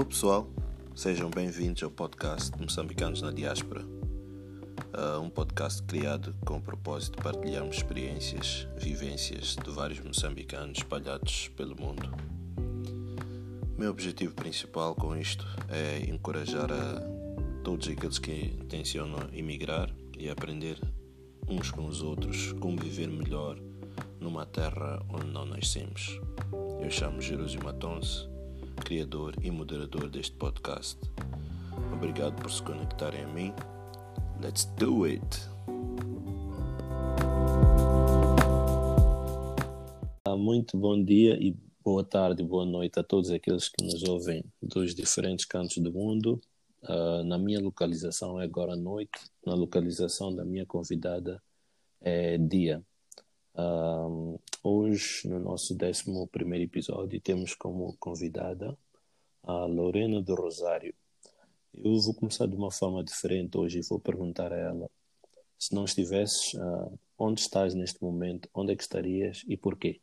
Alô pessoal, sejam bem-vindos ao podcast de Moçambicanos na Diáspora, um podcast criado com o propósito de partilharmos experiências, vivências de vários moçambicanos espalhados pelo mundo. Meu objetivo principal com isto é encorajar a todos aqueles que tencionam emigrar e aprender uns com os outros como viver melhor numa terra onde não nascemos. Eu chamo Jerúsio Matonse, criador e moderador deste podcast. Obrigado por se conectarem a mim. Let's do it! Muito bom dia e boa tarde, boa noite a todos aqueles que nos ouvem dos diferentes cantos do mundo. Na minha localização é agora noite, na localização da minha convidada é dia. Hoje, no nosso 11º episódio, temos como convidada a Lorena do Rosário. Eu vou começar de uma forma diferente hoje e vou perguntar a ela: se não estivesses, onde estás neste momento, onde é que estarias e porquê?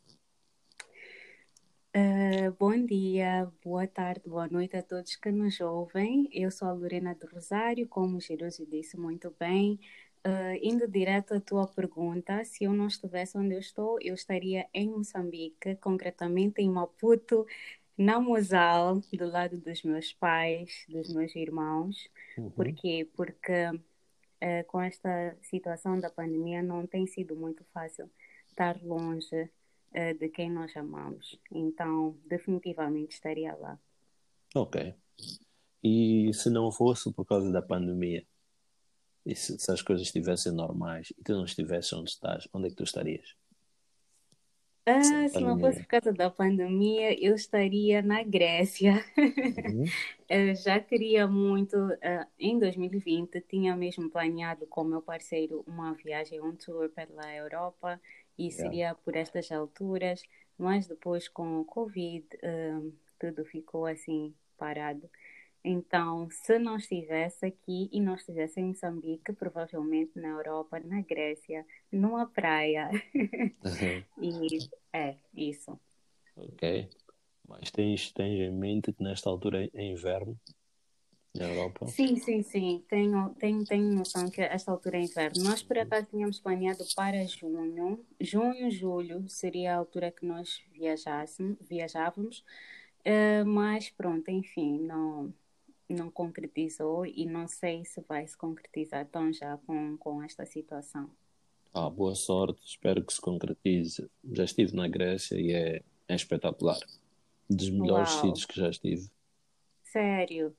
Bom dia, boa tarde, boa noite a todos que nos ouvem. Eu sou a Lorena do Rosário, como o Jerúsio disse muito bem. Indo direto à tua pergunta, se eu não estivesse onde eu estaria em Moçambique, concretamente em Maputo, na Mozal, do lado dos meus pais, dos meus irmãos. Por quê? Porque com esta situação da pandemia não tem sido muito fácil estar longe de quem nós amamos. Então, definitivamente estaria lá. Ok. E se não fosse por causa da pandemia, e se as coisas estivessem normais e tu não estivesse onde estás, onde é que tu estarias? Sem Se não fosse pandemia. por causa da pandemia, eu estaria na Grécia. Uhum. Eu já queria muito, em 2020, tinha mesmo planeado com meu parceiro uma viagem, um tour pela Europa, e Yeah. seria por estas alturas, mas depois com o Covid, tudo ficou assim parado. Então, se não estivesse aqui e não estivesse em Moçambique, provavelmente na Europa, na Grécia, numa praia. E é isso. Ok. Mas tens em mente que nesta altura é inverno na Europa? Sim, sim, sim. Tenho noção que esta altura é inverno. Nós, por acaso, tínhamos planeado para junho. Junho, julho seria a altura que nós viajávamos. Mas pronto, enfim, não concretizou e não sei se vai se concretizar tão já com esta situação. Boa sorte, espero que se concretize. Já estive na Grécia e é espetacular. Dos melhores Uau, sítios que já estive. sério?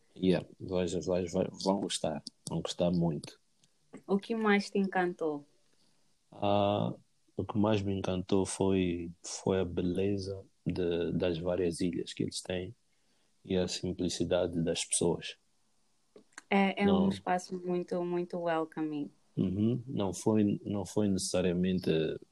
Vão gostar muito. O que mais te encantou? O que mais me encantou foi a beleza das várias ilhas que eles têm e a simplicidade das pessoas. É um Não, espaço muito, muito welcoming. não foi necessariamente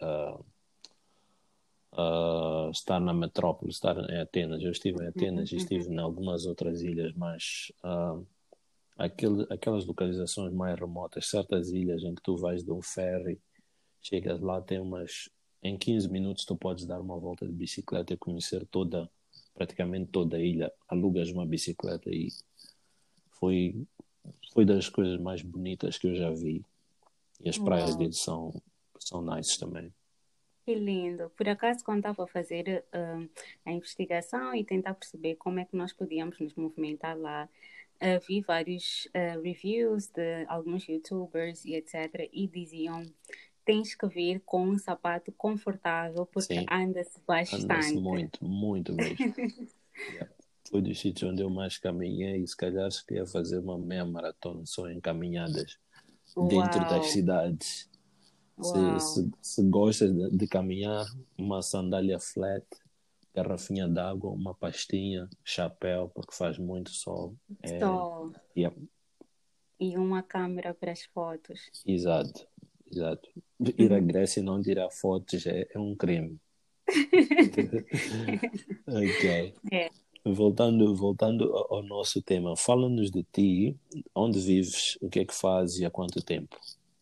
estar na metrópole, estar em Atenas. Eu estive em Atenas e Uhum. estive em algumas outras ilhas, mas aquelas localizações mais remotas, certas ilhas em que tu vais de um ferry, chegas lá, em 15 minutos tu podes dar uma volta de bicicleta e conhecer praticamente toda a ilha. Alugas uma bicicleta e foi, foi das coisas mais bonitas que eu já vi. E as praias Uau. deles são nice também. Que lindo. Por acaso, quando estava a fazer a investigação e tentar perceber como é que nós podíamos nos movimentar lá, vi vários reviews de alguns YouTubers e etc. E diziam: tens que vir com um sapato confortável porque Sim, anda-se anda-se bastante. muito, muito mesmo. Yeah. Foi dos sítios onde eu mais caminhei e se calhar se queria fazer uma meia maratona só em caminhadas dentro das Uau, cidades. Se, uau. se, se gostas de caminhar, uma sandália flat, garrafinha d'água, uma pastinha, chapéu, porque faz muito sol. Sol Yeah, e uma câmera para as fotos. exato, exato. Ir à Grécia e não tirar fotos é um crime. Ok. É. Voltando ao nosso tema, fala-nos de ti, onde vives, o que é que fazes e há quanto tempo?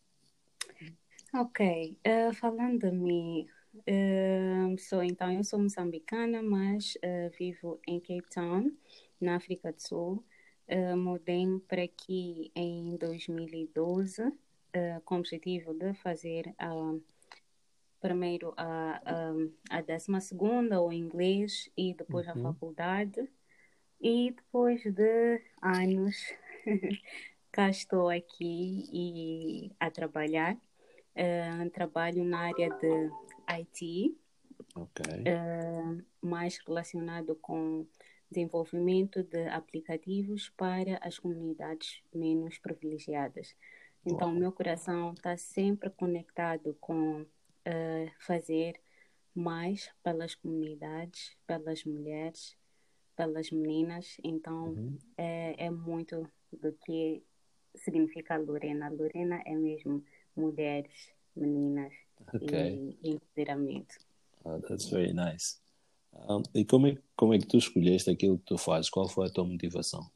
Ok, falando de mim, eu sou moçambicana, mas vivo em Cape Town na África do Sul. Mudei-me para aqui em 2012, com o objetivo de fazer primeiro a 12ª, o inglês, e depois a Uhum. faculdade. E depois de anos, cá estou aqui e a trabalhar. Trabalho na área de IT, Ok. mais relacionado com desenvolvimento de aplicativos para as comunidades menos privilegiadas. Então, o Uau. meu coração está sempre conectado com fazer mais pelas comunidades, pelas mulheres, pelas meninas. Então, Uhum. é muito do que significa Lorena. Lorena é mesmo mulheres, meninas Ok. e empoderamento. That's very nice. E como é que tu escolheste aquilo que tu fazes? Qual foi a tua motivação?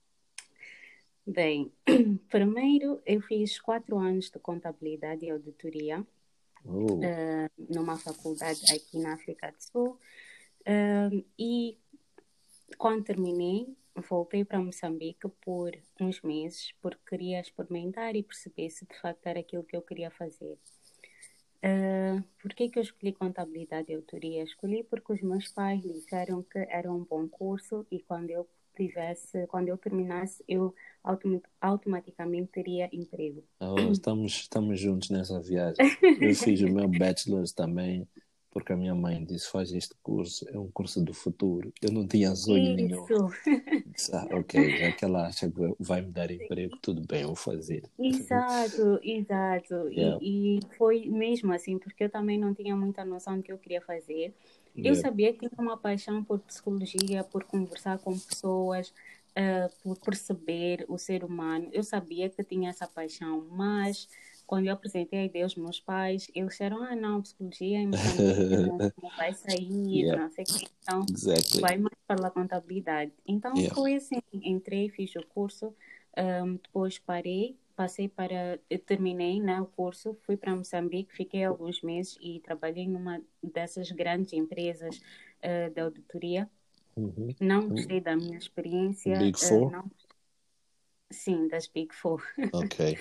Bem, primeiro eu fiz 4 anos de contabilidade e auditoria Oh, numa faculdade aqui na África do Sul. E quando terminei, voltei para Moçambique por uns meses, porque queria experimentar e perceber se de facto era aquilo que eu queria fazer. Por que eu escolhi contabilidade e auditoria? Escolhi porque os meus pais disseram que era um bom curso e quando eu terminasse, eu automaticamente teria emprego. estamos juntos nessa viagem. Eu fiz o meu bachelor's também, porque a minha mãe disse: faz este curso, é um curso do futuro. Eu não tinha sonho nenhum. Isso, Disse, ok, já que ela acha que vai me dar emprego, tudo bem, eu vou fazer. exato, exato. Yeah, E foi mesmo assim, porque eu também não tinha muita noção do que eu queria fazer. Eu yeah. sabia que tinha uma paixão por psicologia, por conversar com pessoas, por perceber o ser humano. Eu sabia que tinha essa paixão, mas quando eu apresentei a ideia aos meus pais, eles disseram: Ah, não, psicologia em Moçambique não vai sair, Yeah, não sei o quê. Então, exactly. vai mais para a contabilidade. Então, Yeah. foi assim: entrei, fiz o curso. Depois parei, eu terminei, né, o curso, fui para Moçambique, fiquei alguns meses e trabalhei numa dessas grandes empresas de auditoria. Uhum. Não gostei da minha experiência, Big Four? não, sim, das Big Four. Ok.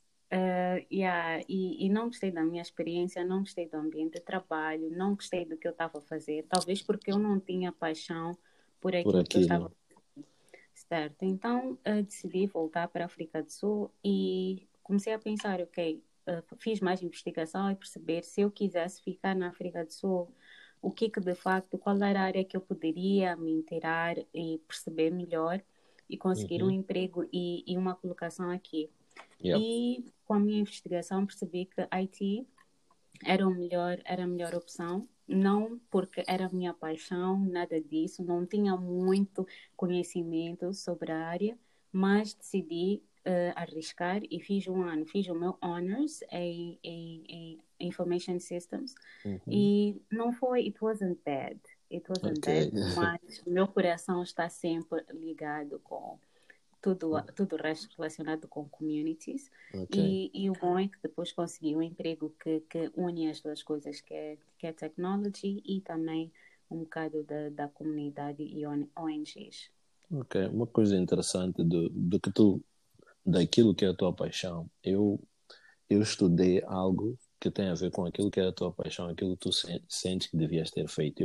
Yeah, e não gostei da minha experiência, não gostei do ambiente de trabalho, não gostei do que eu estava a fazer, talvez porque eu não tinha paixão por Por aquilo que eu estava. aquilo. Certo, então decidi voltar para a África do Sul e comecei a pensar, ok, fiz mais investigação e perceber se eu quisesse ficar na África do Sul, o que de facto, qual era a área que eu poderia me inteirar e perceber melhor e conseguir um Uhum. emprego e uma colocação aqui. Yeah. E com a minha investigação percebi que IT era a melhor opção, não porque era a minha paixão, nada disso, não tinha muito conhecimento sobre a área, mas decidi arriscar e fiz um ano, fiz o meu honors em Information Systems Uhum. e não foi, it wasn't Ok. bad, mas o meu coração está sempre ligado com tudo o resto relacionado com communities. Ok. E o bom é que depois consegui um emprego que une as duas coisas, que é technology e também um bocado da comunidade e ONGs. Ok. Uma coisa interessante daquilo que é a tua paixão. Eu estudei algo que tem a ver com aquilo que é a tua paixão, aquilo que tu sentes que devias ter feito.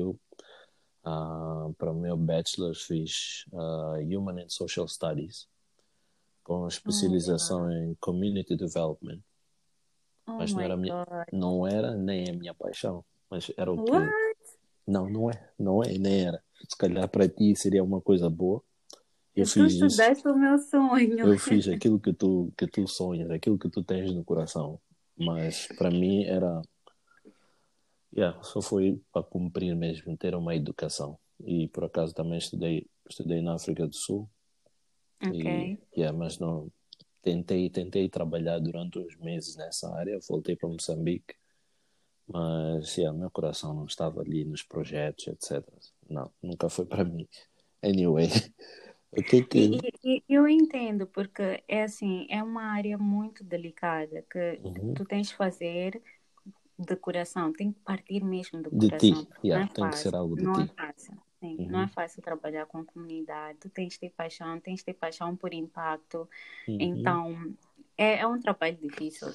Para o meu bachelor, fiz Human and Social Studies, com Oh, especialização wow. em Community Development. Oh Mas my God. não era nem a minha paixão, mas era o que. What? Não é, nem era. Se calhar para ti seria uma coisa boa. Eu Tu fiz isso, estudaste o meu sonho. eu fiz aquilo que tu sonhas, aquilo que tu tens no coração. Mas para mim era, yeah, só foi para cumprir mesmo, ter uma educação. E por acaso também estudei na África do Sul. E, Ok. yeah, mas não, tentei trabalhar durante uns meses nessa área. Voltei para Moçambique. Mas, yeah, meu coração não estava ali nos projetos, etc. Não, nunca foi para mim. Anyway, o que que. E eu entendo, porque é assim, é uma área muito delicada que Uhum. tu tens de fazer de coração, tem que partir mesmo do De ti, coração, porque não yeah, é tem que ser fácil, algo de não é ti. fácil. Sim. bem, não é fácil trabalhar com a comunidade. Tu tens de ter paixão por impacto. Uhum. Então, é um trabalho difícil.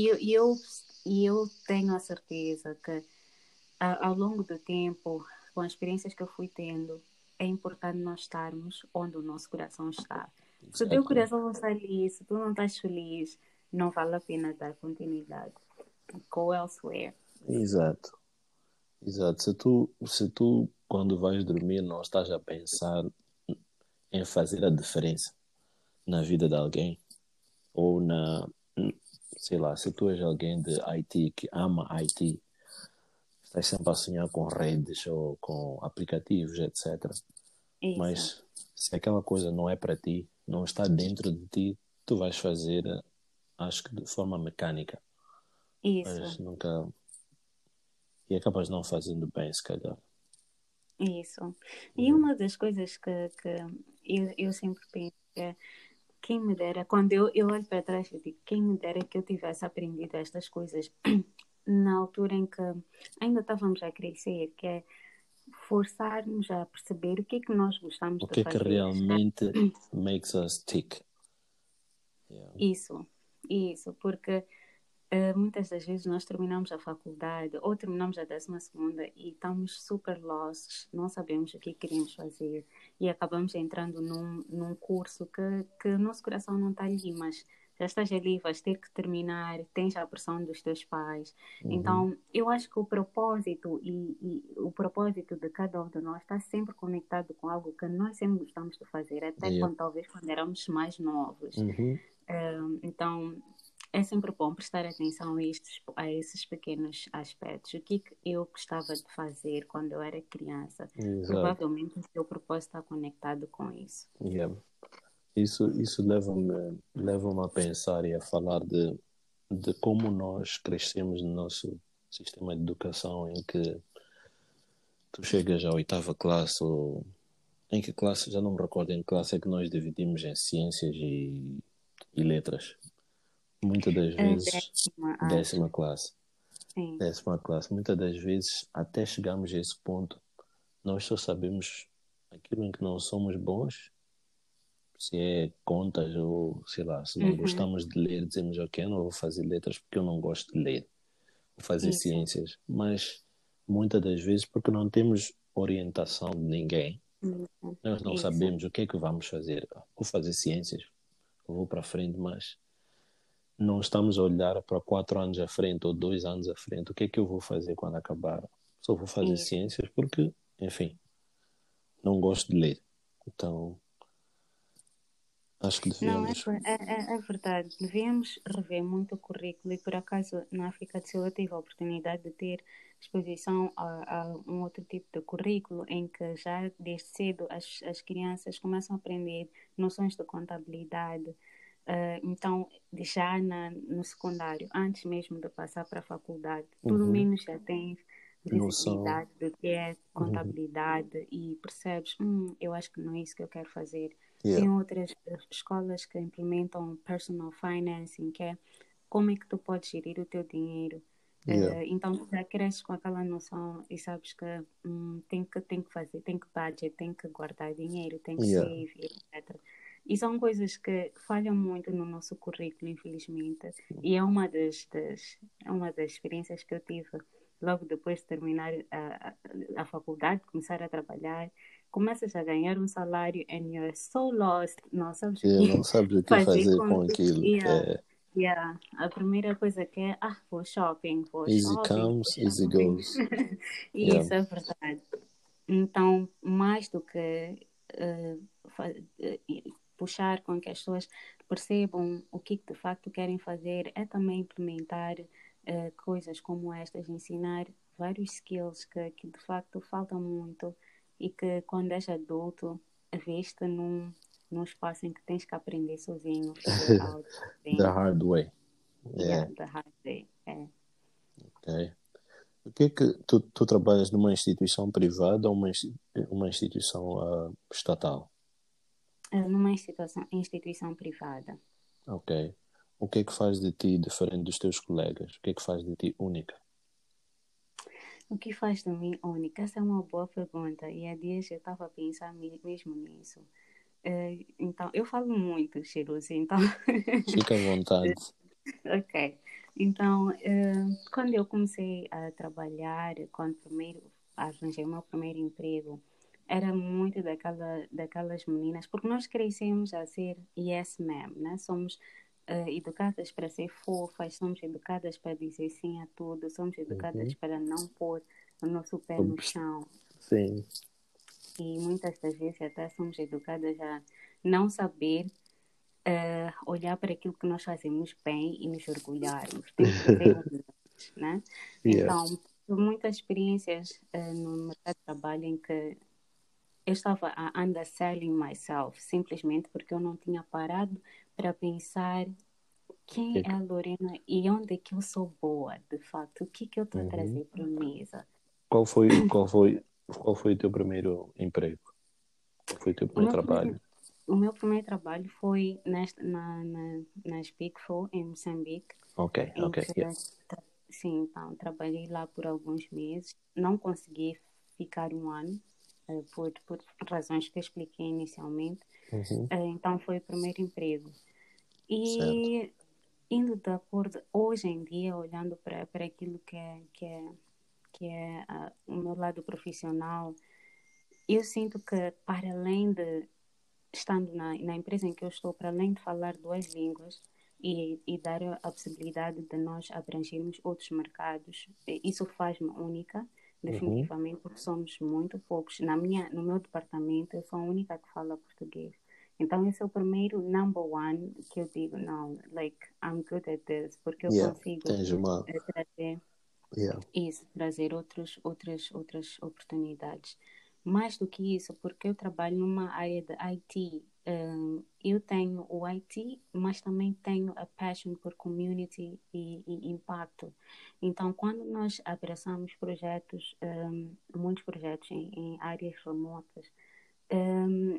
E eu tenho a certeza que ao longo do tempo, com as experiências que eu fui tendo, é importante nós estarmos onde o nosso coração está. Se o teu Exactly. coração não está ali, se tu não estás feliz, não vale a pena dar continuidade. Go elsewhere. Exato. Exato. Se tu, quando vais dormir, não estás a pensar em fazer a diferença na vida de alguém, ou sei lá, se tu és alguém de IT que ama IT, estás sempre a sonhar com redes ou com aplicativos, etc. Isso, Mas se aquela coisa não é para ti, não está dentro de ti, tu vais fazer, acho que de forma mecânica, mas isso, nunca. E acabas não fazendo bem, se calhar. isso. E Yeah. uma das coisas que eu sempre penso é quem me dera, quando eu olho para trás, eu digo, quem me dera que eu tivesse aprendido estas coisas na altura em que ainda estávamos a crescer, que é forçar-nos a perceber o que é que nós gostamos O de que é que fazer. realmente makes us tick? Yeah. Isso, porque muitas das vezes nós terminamos a faculdade ou terminamos a 12ª e estamos super lost, não sabemos o que queremos fazer e acabamos entrando num curso que o nosso coração não está ali, mas já estás ali, vais ter que terminar, tens a pressão dos teus pais. Uhum. Então, eu acho que o propósito e o propósito de cada um de nós está sempre conectado com algo que nós sempre gostamos de fazer, até Yeah. talvez quando éramos mais novos. Uhum. Então, é sempre bom prestar atenção a esses pequenos aspectos. O que eu gostava de fazer quando eu era criança? Exato. Provavelmente o seu propósito está conectado com isso. Yeah. Isso leva-me a pensar e a falar de como nós crescemos no nosso sistema de educação, em que tu chegas à oitava classe, ou em que classe, já não me recordo em que classe é que nós dividimos em ciências e letras. Muitas das É vezes, décima, décima acho. classe. Sim. Décima classe. Muitas das vezes, até chegarmos a esse ponto, nós só sabemos aquilo em que não somos bons, se é contas ou, sei lá, se não Uhum. gostamos de ler, dizemos, ok, eu não vou fazer letras porque eu não gosto de ler. Vou fazer Isso. ciências. Mas, muitas das vezes, porque não temos orientação de ninguém, Isso. nós não Isso. sabemos o que é que vamos fazer. Vou fazer ciências, vou para frente, mas não estamos a olhar para 4 anos à frente ou 2 anos à frente. O que é que eu vou fazer quando acabar? Só vou fazer Isso. ciências porque, enfim, não gosto de ler. Então, acho que Não, devíamos. é verdade. Devíamos rever muito o currículo e, por acaso, na África do Sul eu tive a oportunidade de ter exposição a um outro tipo de currículo em que já desde cedo as crianças começam a aprender noções de contabilidade. Então, já no secundário, antes mesmo de passar para a faculdade, pelo Uhum. menos já tens Noção. visibilidade do que é Uhum. contabilidade e percebes, eu acho que não é isso que eu quero fazer. Yeah. Tem outras escolas que implementam personal financing, que é como é que tu podes gerir o teu dinheiro. Yeah. Então, tu já cresces com aquela noção e sabes que tem que fazer, tem que budget, tem que guardar dinheiro, tem que Yeah. save, etc. E são coisas que falham muito no nosso currículo, infelizmente. E é uma das experiências que eu tive logo depois de terminar a faculdade, começar a trabalhar. Começas a ganhar um salário and you're so lost, não sabes o Yeah. que Não sabes o que fazer fazer com com tudo. aquilo. É, A primeira coisa que é, vou shopping, vou easy shopping, vou comes, easy shopping. goes. Yeah. Isso é verdade. Então, mais do que puxar com que as pessoas percebam o que de facto querem fazer, é também implementar coisas como estas, ensinar vários skills que de facto faltam muito e que quando és adulto, vês-te num espaço em que tens que aprender sozinho, figure out The things. hard way. Yeah, Yeah. the hard way. É. Ok. O que é que tu trabalhas numa instituição privada ou uma instituição estatal? Numa instituição privada. Ok. O que é que faz de ti diferente dos teus colegas? O que é que faz de ti única? O que faz de mim única? Essa é uma boa pergunta e há dias eu estava a pensar mesmo nisso. Então, eu falo muito, Cheiroso, então... Fica à vontade. Ok. Então, quando eu comecei a trabalhar, quando primeiro arranjei o meu primeiro emprego, era muito daquelas meninas, porque nós crescemos a ser yes ma'am, né? Somos educadas para ser fofas, somos educadas para dizer sim a tudo, somos educadas Uhum. para não pôr o nosso pé no chão. Sim. E muitas das vezes até somos educadas a não saber olhar para aquilo que nós fazemos bem e nos orgulharmos. Temos que ser humildes, né? Yeah. Então, muitas experiências no mercado de trabalho em que eu estava a underselling myself, simplesmente porque eu não tinha parado para pensar quem é a Lorena e onde é que eu sou boa, de facto, o que é que eu estou a Uhum. trazer para a mesa. Qual foi o teu primeiro emprego? Qual foi o teu O primeiro meu primeiro, trabalho? o meu primeiro trabalho foi nas Big Four, em Moçambique, Ok, em ok, que, yeah. sim, então, trabalhei lá por alguns meses. Não consegui ficar um ano, por razões que eu expliquei inicialmente. Uhum. Então, foi o primeiro emprego. Certo. E indo de acordo, hoje em dia, olhando para aquilo que é o meu lado profissional, eu sinto que, para além de estando na empresa em que eu estou, para além de falar duas línguas e dar a possibilidade de nós abrangermos outros mercados, isso faz-me única, Uhum. definitivamente, porque somos muito poucos. No meu departamento, eu sou a única que fala português. Então, esse é o primeiro number one que eu digo, não, like, I'm good at this, porque eu Yeah. consigo Tens uma. trazer Yeah. isso, trazer outras oportunidades. Mais do que isso, porque eu trabalho numa área de IT, eu tenho o IT, mas também tenho a passion por community e impacto. Então, quando nós abraçamos projetos, muitos projetos em áreas remotas, um,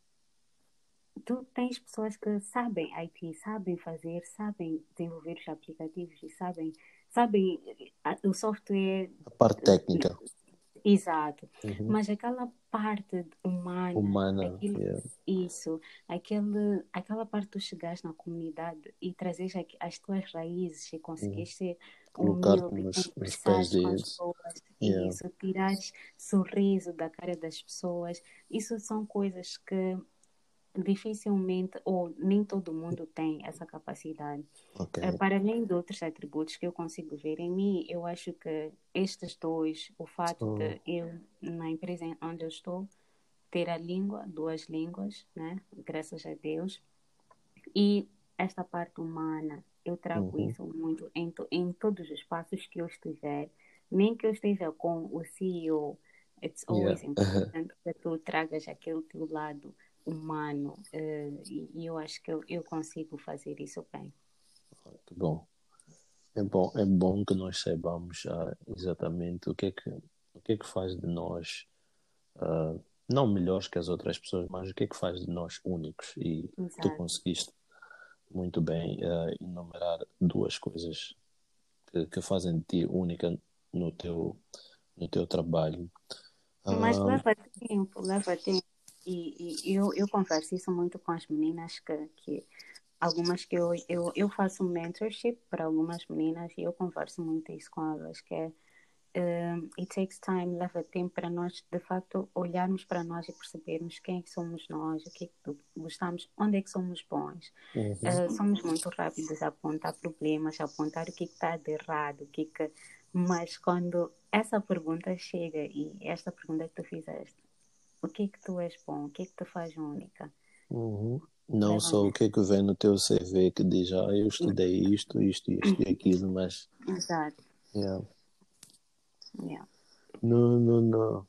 tu tens pessoas que sabem IT, sabem fazer, sabem desenvolver os aplicativos e sabem o software. A parte técnica. Exato. Uhum. Mas aquela parte humana, Humana. Yeah. isso, aquela parte que tu chegaste na comunidade e trazes as tuas raízes e Uhum. conseguires ser Colocar-te humilde, nos pés conversares com as deles. pessoas, Yeah. isso, tirares sorriso da cara das pessoas, isso são coisas que dificilmente ou nem todo mundo tem essa capacidade. Ok. Para além de outros atributos que eu consigo ver em mim, eu acho que estes dois, o fato So, de eu, na empresa onde eu estou, ter a língua, duas línguas, né? Graças a Deus, e esta parte humana, eu trago uhum. isso muito em todos os espaços que eu estiver, nem que eu esteja com o CEO, it's Yeah. always important que tu tragas aquele teu lado humano, e eu acho que eu consigo fazer isso bem. Muito bom. É bom que nós saibamos exatamente o que é que faz de nós, não melhores que as outras pessoas, mas o que é que faz de nós únicos. E tu Exato. conseguiste muito bem enumerar duas coisas que fazem de ti única no teu trabalho. Mas Ah, leva tempo, leva tempo. E eu converso isso muito com as meninas que algumas que eu faço mentorship para algumas meninas e eu converso muito isso com elas, que é it takes time, leva tempo para nós, de facto, olharmos para nós e percebermos quem é que somos nós, o que é que gostamos, onde é que somos bons. uhum. Somos muito rápidos a apontar problemas, a apontar o que está de errado, mas quando essa pergunta chega e esta pergunta que tu fizeste, o que é que tu és bom, o que é que te faz única? Uhum. Não Leva só o que é que vem no teu CV que diz, eu estudei isto e aquilo, mas Exato. yeah. Yeah. No, no, no,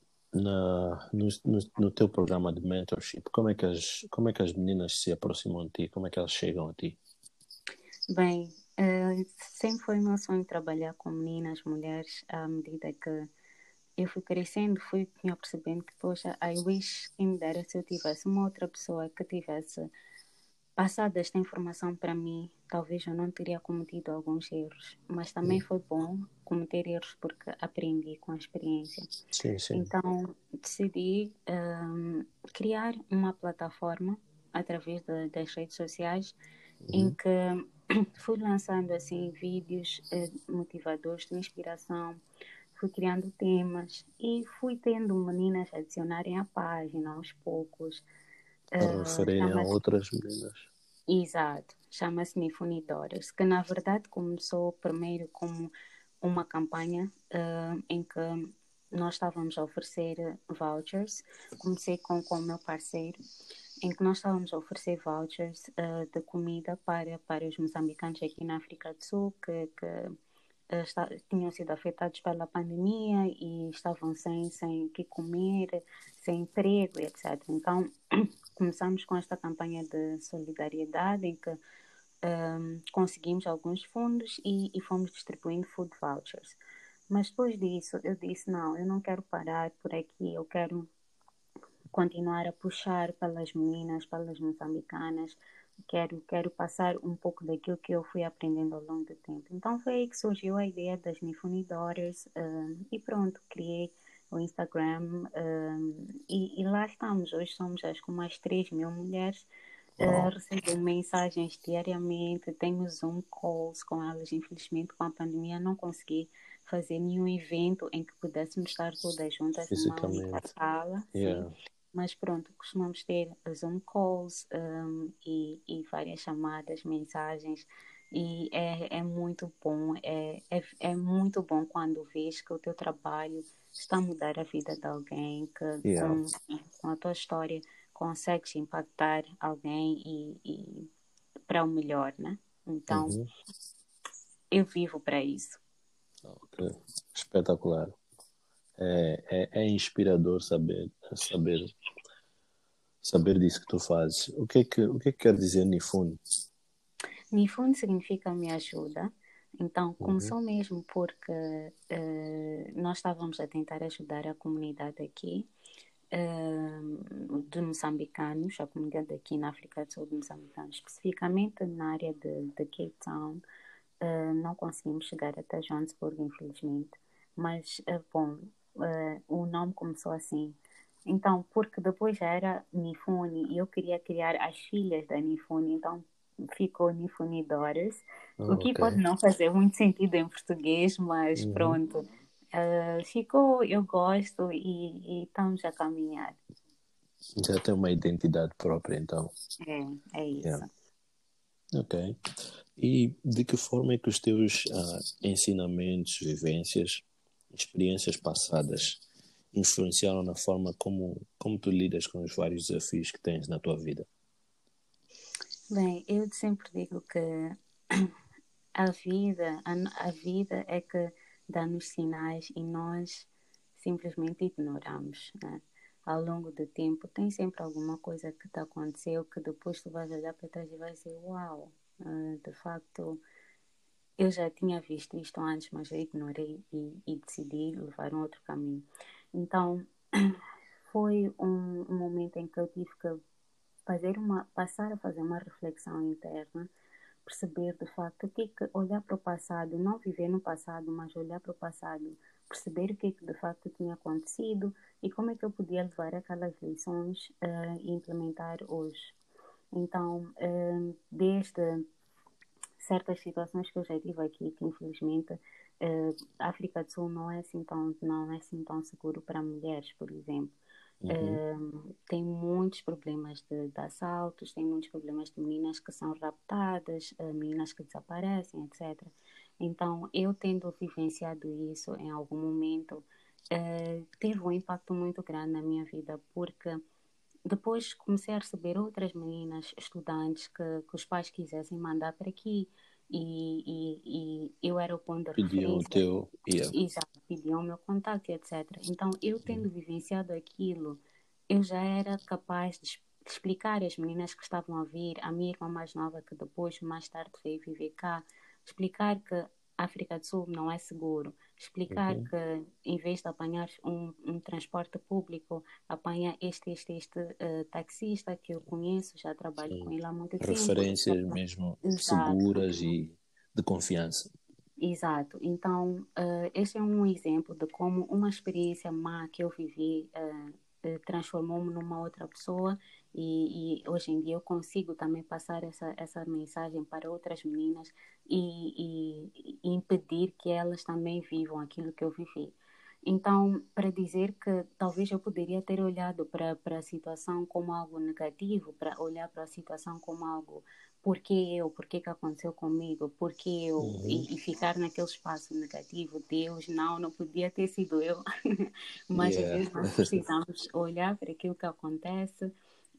no teu programa de mentorship, como é que as meninas se aproximam de ti? Como é que elas chegam a ti? Bem, sempre foi meu sonho trabalhar com meninas, mulheres, à medida que eu fui crescendo, fui me apercebendo que, poxa, I wish quem me dera se eu tivesse uma outra pessoa que tivesse passado esta informação para mim talvez eu não teria cometido alguns erros, mas também foi bom cometer erros porque aprendi com a experiência. Sim, sim. Então decidi criar uma plataforma através das redes sociais em que fui lançando assim vídeos motivadores de inspiração, fui criando temas e fui tendo meninas a adicionarem à página aos poucos. A referirem a Chama-se outras meninas. Exato, chama-se Nifunidoras, que na verdade começou primeiro como uma campanha em que nós estávamos a oferecer vouchers. Comecei com o meu parceiro, em que nós estávamos a oferecer vouchers de comida para os moçambicanos aqui na África do Sul que tinham sido afetados pela pandemia e estavam sem o que comer, sem emprego, etc. Então, começamos com esta campanha de solidariedade em que conseguimos alguns fundos e fomos distribuindo food vouchers. Mas depois disso, eu disse: não, eu não quero parar por aqui, eu quero continuar a puxar pelas meninas, pelas moçambicanas, quero passar um pouco daquilo que eu fui aprendendo ao longo do tempo. Então foi aí que surgiu a ideia das Nifuni Daughters e pronto, criei o Instagram e lá estamos. Hoje somos acho que mais 3.000 mulheres. Recebo mensagens diariamente, tenho Zoom calls com elas. Infelizmente, com a pandemia, não consegui fazer nenhum evento em que pudéssemos estar todas juntas numa única Fisicamente. sala. Yeah. Sim. Mas pronto, costumamos ter Zoom calls e várias chamadas, mensagens. E é muito bom, é muito bom quando vês que o teu trabalho está a mudar a vida de alguém, que Yeah. com a tua história consegues impactar alguém e para o melhor, né? Então, eu vivo para isso. Ok. Espetacular. É inspirador saber disso que tu fazes. O que é que quer dizer Nifune? Nifun significa me ajuda. Então, começou mesmo porque nós estávamos a tentar ajudar a comunidade aqui de moçambicanos, a comunidade aqui na África do Sul de moçambicanos, especificamente na área de Cape Town. Não conseguimos chegar até Johannesburg, infelizmente. Mas, bom, o nome começou assim. Então, porque depois já era Nifune e eu queria criar as filhas da Nifune, então ficou Nifune Daughters, o que Ok. pode não fazer muito sentido em português, mas pronto. Ficou, eu gosto e estamos a caminhar. Já tem uma identidade própria, então. É Yeah. isso. Ok. E de que forma é que os teus ensinamentos, vivências, experiências passadas influenciaram na forma como tu lidas com os vários desafios que tens na tua vida? Bem, eu sempre digo que a vida é que dá-nos sinais e nós simplesmente ignoramos, né? Ao longo do tempo tem sempre alguma coisa que te aconteceu que depois tu vais olhar para trás e vais dizer, uau, de facto eu já tinha visto isto antes, mas eu ignorei e decidi levar um outro caminho. Então foi um momento em que eu tive que passar a fazer uma reflexão interna, perceber de facto o que é que olhar para o passado, não viver no passado, mas olhar para o passado, perceber o que é que de facto tinha acontecido e como é que eu podia levar aquelas lições e implementar hoje. Então, desde certas situações que eu já tive aqui, que infelizmente a África do Sul não é assim tão seguro para mulheres, por exemplo. Tem muitos problemas de assaltos, tem muitos problemas de meninas que são raptadas, meninas que desaparecem, etc. Então, eu tendo vivenciado isso em algum momento, teve um impacto muito grande na minha vida, porque depois comecei a receber outras meninas, estudantes, que os pais quisessem mandar para aqui e eu era o ponto de Pediam o referência. teu. Yeah. Exato, pediam o meu contato, etc. Então, eu tendo vivenciado aquilo, eu já era capaz de explicar às meninas que estavam a vir, a minha irmã mais nova, que depois, mais tarde, veio viver cá, explicar que África do Sul não é seguro. Explicar Uhum. que em vez de apanhar um transporte público, apanha este taxista que eu conheço, já trabalho com Sim. ele há muito tempo. Referências mesmo Exato. seguras e de confiança. Exato. Então, este é um exemplo de como uma experiência má que eu vivi transformou-me numa outra pessoa e hoje em dia eu consigo também passar essa mensagem para outras meninas e impedir que elas também vivam aquilo que eu vivi. Então, para dizer que talvez eu poderia ter olhado para a situação como algo negativo, para olhar para a situação como algo porque eu, porque que aconteceu comigo, porque eu, Uhum. e ficar naquele espaço negativo, Deus, não podia ter sido eu, mas às Yeah. vezes nós precisamos olhar para aquilo que acontece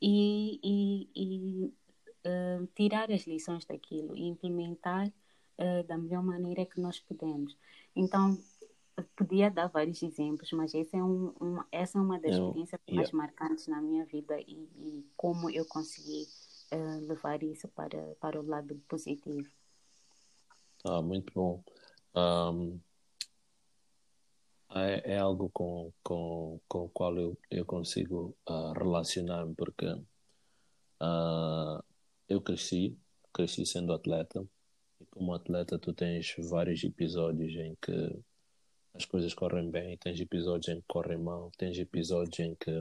e tirar as lições daquilo e implementar da melhor maneira que nós podemos. Então, podia dar vários exemplos, mas essa é uma das Eu, experiências yeah. mais marcantes na minha vida e como eu consegui levar isso para o lado positivo. Muito bom. Um, é algo com o qual eu consigo relacionar-me, porque eu cresci sendo atleta, e como atleta tu tens vários episódios em que as coisas correm bem, tens episódios em que correm mal, tens episódios em que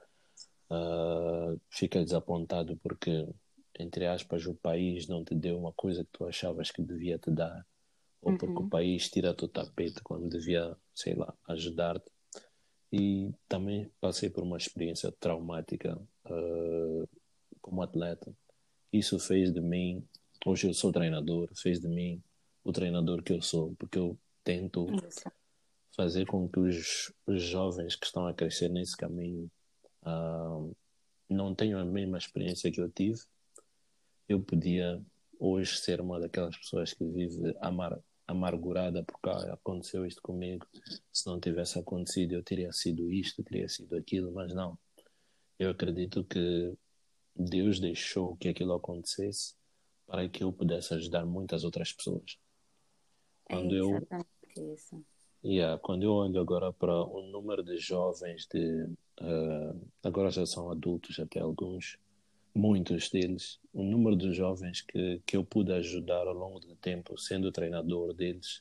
ficas desapontado porque, entre aspas, o país não te deu uma coisa que tu achavas que devia te dar, ou porque o Uhum, país tira-te o tapete quando devia, sei lá, ajudar-te. E também passei por uma experiência traumática como atleta. Isso fez de mim, hoje eu sou treinador, fez de mim o treinador que eu sou, porque eu tento isso. fazer com que os jovens que estão a crescer nesse caminho ah, não tenham a mesma experiência que eu tive. Eu podia hoje ser uma daquelas pessoas que vive amargurada porque aconteceu isto comigo. Se não tivesse acontecido, eu teria sido isto, teria sido aquilo, mas não. Eu acredito que Deus deixou que aquilo acontecesse para que eu pudesse ajudar muitas outras pessoas. É Quando eu, exatamente isso. quando eu olho agora para o número de jovens agora já são adultos até alguns, muitos deles, o número de jovens que eu pude ajudar ao longo do tempo, sendo treinador deles,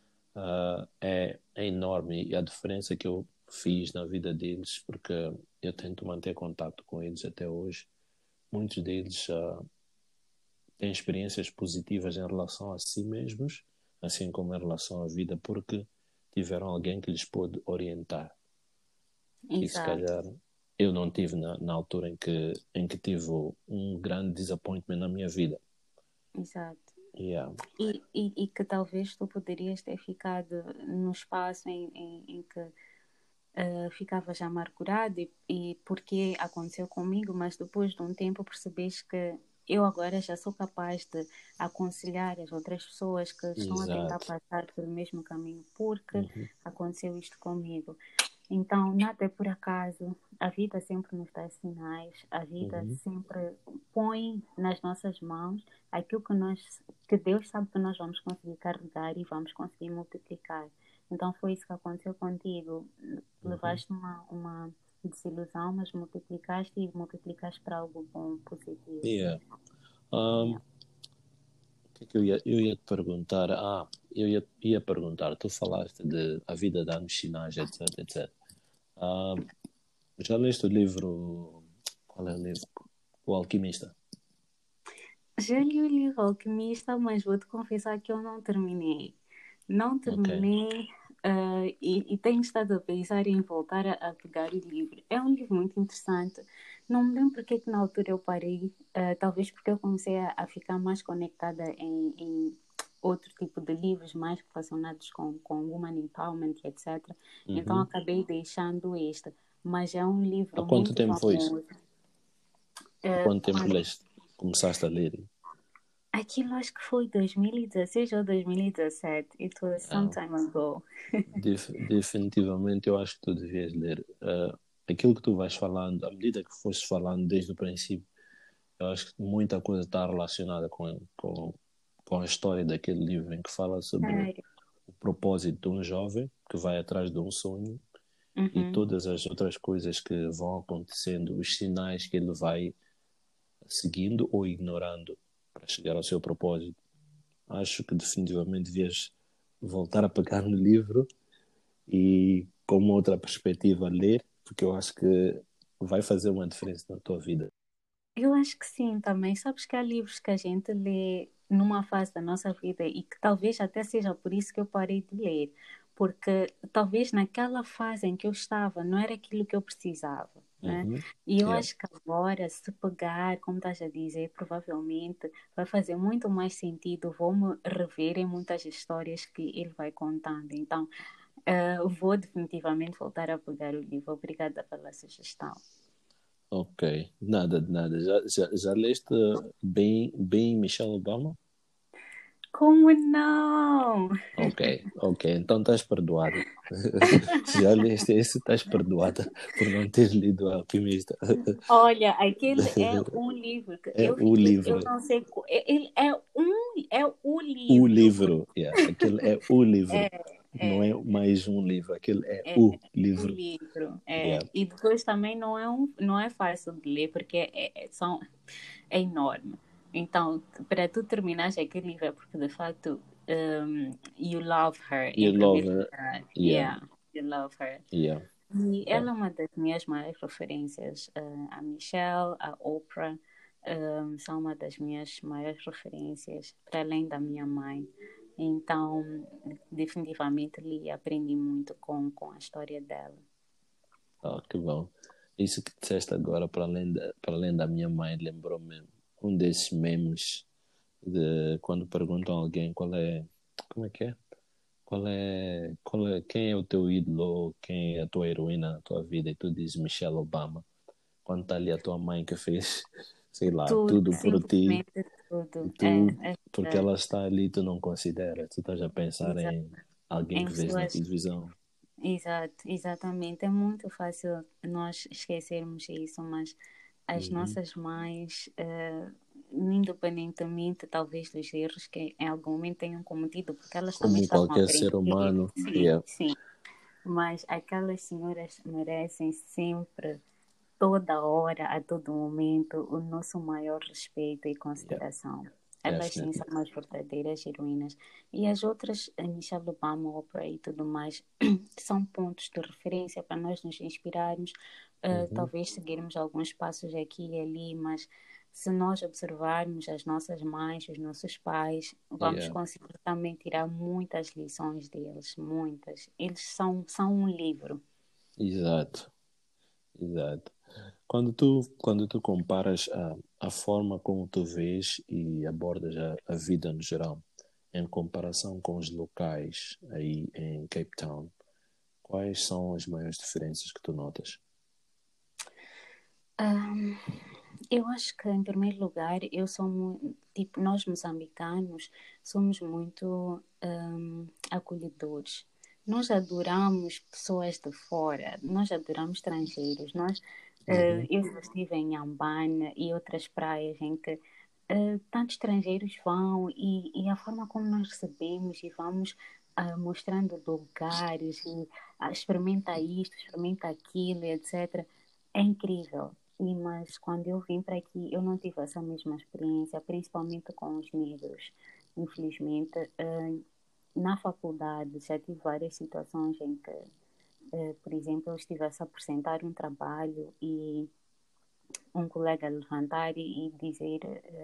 é enorme. E a diferença que eu fiz na vida deles, porque eu tento manter contato com eles até hoje, muitos deles têm experiências positivas em relação a si mesmos, assim como em relação à vida, porque tiveram alguém que lhes pôde orientar. E se Exato, calhar eu não tive na altura em que tive um grande disappointment na minha vida. exato. Yeah. E que talvez tu poderias ter ficado no espaço em que ficavas amargurado e porque aconteceu comigo, mas depois de um tempo percebes que eu agora já sou capaz de aconselhar as outras pessoas que estão a tentar Exato. passar pelo mesmo caminho porque Uhum. aconteceu isto comigo. Então, nada é por acaso, a vida sempre nos dá sinais, a vida Uhum. sempre põe nas nossas mãos aquilo que Deus sabe que nós vamos conseguir carregar e vamos conseguir multiplicar. Então, foi isso que aconteceu contigo. Uhum. Levaste uma desilusão, mas multiplicaste e multiplicaste para algo bom, positivo. Yeah. Yeah. O que é que eu ia te perguntar? Eu ia perguntar, tu falaste de A Vida Dá-nos Sinais, etc, etc. Ah, já leste o livro, qual é o livro? O Alquimista. Já li o livro Alquimista, mas vou-te confessar que eu não terminei. Não Ok. terminei, e tenho estado a pensar em voltar a pegar o livro. É um livro muito interessante. Não me lembro porque é que na altura eu parei. Talvez porque eu comecei a ficar mais conectada em outro tipo de livros mais relacionados com Woman Empowerment, etc. Então Uhum. acabei deixando este. Mas é um Há livro quanto muito tempo foi isso? famoso. Há quanto tempo Quando leste? Começaste a ler? aquilo acho que foi 2016 ou 2017. It was some Ah, time ago. definitivamente eu acho que tu devias ler. Aquilo que tu vais falando, à medida que foste falando desde o princípio, eu acho que muita coisa está relacionada com a história daquele livro em que fala sobre Sério. o propósito de um jovem que vai atrás de um sonho e Uhum. todas as outras coisas que vão acontecendo, os sinais que ele vai seguindo ou ignorando para chegar ao seu propósito. Acho que definitivamente devias voltar a pegar no livro e com uma outra perspectiva ler, porque eu acho que vai fazer uma diferença na tua vida. Eu acho que sim também. Sabes que há livros que a gente lê numa fase da nossa vida e que talvez até seja por isso que eu parei de ler, porque talvez naquela fase em que eu estava não era aquilo que eu precisava, né? Uhum. E eu Yeah. acho que agora, se pegar, como estás a dizer, provavelmente vai fazer muito mais sentido. Vou-me rever em muitas histórias que ele vai contando. Então, vou definitivamente voltar a pegar o livro. Obrigada pela sugestão. Ok, nada de nada. Já leste bem Michelle Obama? Como não? Ok, ok, então estás perdoada. Se já leste esse, estás perdoada por não ter lido A Alquimista. Olha, aquele é um livro que É eu o fiquei, eu livro. não sei, ele é o O livro. livro, yeah, aquele é o livro. É, Não é é, mais um livro, aquele é é o o livro. livro. Yeah. E depois também não é fácil de ler porque é enorme. Então, para tu terminares aquele livro é porque de facto you love her You em love primeiro her. lugar. Yeah, Yeah, you love her. yeah, E yeah. ela é uma das minhas maiores referências. A Michelle, a Oprah, são uma das minhas maiores referências, para além da minha mãe. Então, definitivamente li e aprendi muito com a história dela. Oh, que bom. Isso que disseste agora, para além da minha mãe, lembrou-me um desses memes de quando perguntam a alguém como é que é? Quem é o teu ídolo, quem é a tua heroína na tua vida? E tu dizes Michelle Obama. Quando está ali a tua mãe que fez, sei lá, Tudo, tudo por ti, simplesmente e tudo. tu, É porque verdade. ela está ali, tu não consideras. Tu estás a pensar Exato. em alguém Em que vês na pessoas. televisão. Exato, exatamente. É muito fácil nós esquecermos isso, mas as Uhum. nossas mães, independentemente talvez dos erros que em algum momento tenham cometido, porque elas também Como estavam a qualquer ser aprender, humano. sim, Yeah. sim. Mas aquelas senhoras merecem sempre, toda hora, a todo momento, o nosso maior respeito e Yeah, consideração. Elas sim definitely. são as verdadeiras heroínas. E as outras, a Michelle Obama, Oprah e tudo mais, são pontos de referência para nós nos inspirarmos, Uhum. talvez seguirmos alguns passos aqui e ali, mas se nós observarmos as nossas mães, os nossos pais, vamos Yeah. conseguir também tirar muitas lições deles, muitas. Eles são um livro. Exato, exato. Quando tu comparas a forma como tu vês e abordas a vida no geral, em comparação com os locais aí em Cape Town, quais são as maiores diferenças que tu notas? Ahm, eu acho que, em primeiro lugar, eu sou muito, tipo, nós moçambicanos somos muito acolhedores. Nós adoramos pessoas de fora, nós adoramos estrangeiros. Uhum. Eu já estive em Ambane e outras praias em que tantos estrangeiros vão e a forma como nós recebemos e vamos mostrando lugares e experimenta isto, experimenta aquilo, etc. É incrível. Mas quando eu vim para aqui, eu não tive essa mesma experiência, principalmente com os negros. Infelizmente, na faculdade já tive várias situações em que, por exemplo, eu estivesse a apresentar um trabalho e um colega levantar e dizer,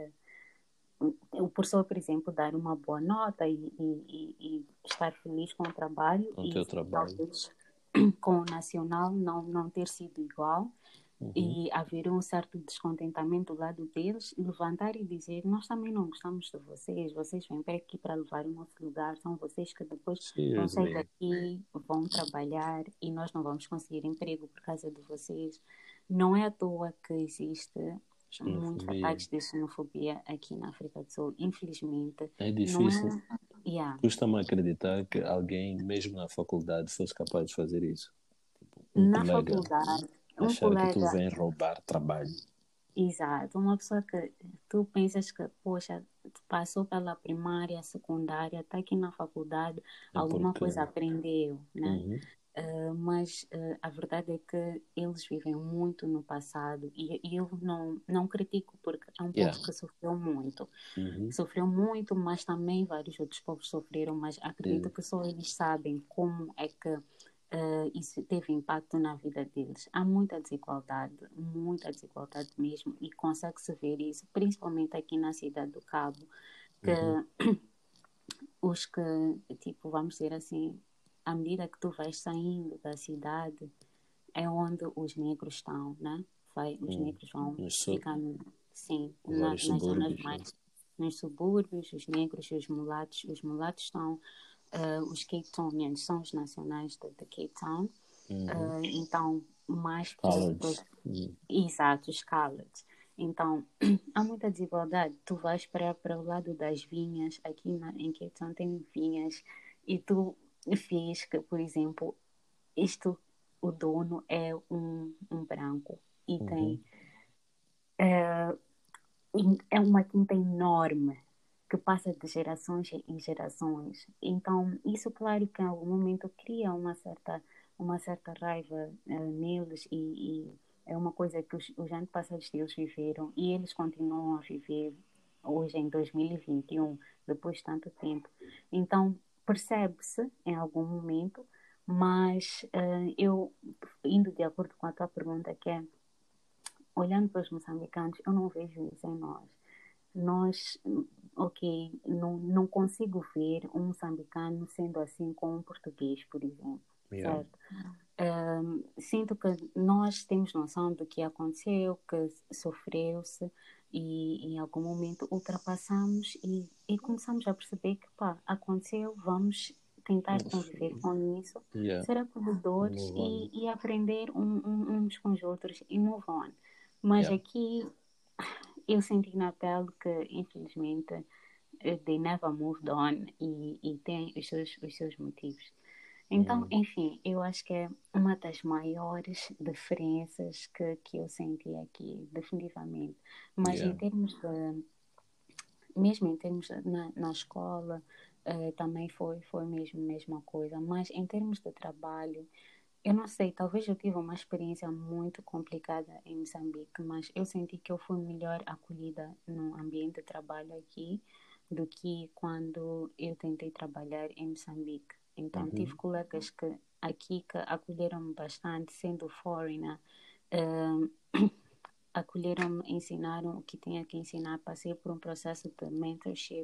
o professor, por exemplo, dar uma boa nota e estar feliz com o trabalho No e teu trabalho. talvez com o nacional não ter sido igual Uhum. e haver um certo descontentamento do lado deles, levantar e dizer: Nós também não gostamos de vocês, vocês vêm para aqui para levar o nosso lugar, são vocês que depois vão sair Seriously. daqui, vão trabalhar e nós não vamos conseguir emprego por causa de vocês. Não é à toa que existe muitos Xenofobia. ataques de xenofobia aqui na África do Sul, infelizmente. É Não difícil. é. Yeah. Custa-me acreditar que alguém, mesmo na faculdade, fosse capaz de fazer isso. Um Na colega faculdade, um achar que tu colega. vem roubar trabalho. Exato, uma pessoa que tu pensas que, poxa, passou pela primária, secundária, está aqui na faculdade, É alguma porque. coisa aprendeu, né? Uhum. Mas a verdade é que eles vivem muito no passado e eu não critico porque é um Yeah. povo que Uhum. sofreu muito, mas também vários outros povos sofreram, mas acredito Yeah. que só eles sabem como é que isso teve impacto na vida deles. Há muita desigualdade mesmo, e consegue-se ver isso, principalmente aqui na cidade do Cabo, que Uhum. os que, tipo, vamos dizer assim, à medida que tu vais saindo da cidade, é onde os negros estão, né? Os negros vão Nos ficando, sim, vários nas zonas subúrbios. mais, nos subúrbios, os negros e os mulatos estão, os Cape Townians são os nacionais de Cape Town, Uhum. então, mais Collards. Uhum. exato, os colored. Então, há muita desigualdade. Tu vais para o lado das vinhas, aqui em Cape Town tem vinhas, e tu vês que, por exemplo, isto, o dono é um branco e tem Uhum. é uma quinta enorme que passa de gerações em gerações. Então, isso, claro, que em algum momento cria uma certa raiva neles, e é uma coisa que os antepassados deles viveram e eles continuam a viver hoje em 2021, depois de tanto tempo. Então, percebe-se em algum momento, mas eu, indo de acordo com a tua pergunta, que é, olhando para os moçambicanos, eu não vejo isso em nós. Nós, ok, não consigo ver um moçambicano sendo assim com um português, por exemplo, Yeah. certo? Sinto que nós temos noção do que aconteceu, que sofreu-se, e em algum momento ultrapassamos e começamos a perceber que, pá, aconteceu, vamos tentar conviver com isso, Yeah. ser acolhedores Move on. e aprender uns com os outros e move on. Mas Yeah. aqui eu senti na pele que, infelizmente, they never moved on, e tem os seus motivos. Então, Uhum. enfim, eu acho que é uma das maiores diferenças que eu senti aqui, definitivamente. Mas Yeah. em termos de, mesmo em termos na escola, também foi mesmo a mesma coisa. Mas em termos de trabalho, eu não sei, talvez eu tive uma experiência muito complicada em Moçambique, mas eu senti que eu fui melhor acolhida no ambiente de trabalho aqui do que quando eu tentei trabalhar em Moçambique. Então, tive Uhum. colegas aqui que acolheram-me bastante, sendo foreigner, eh, acolheram-me, ensinaram o que tinha que ensinar, passei por um processo de mentorship,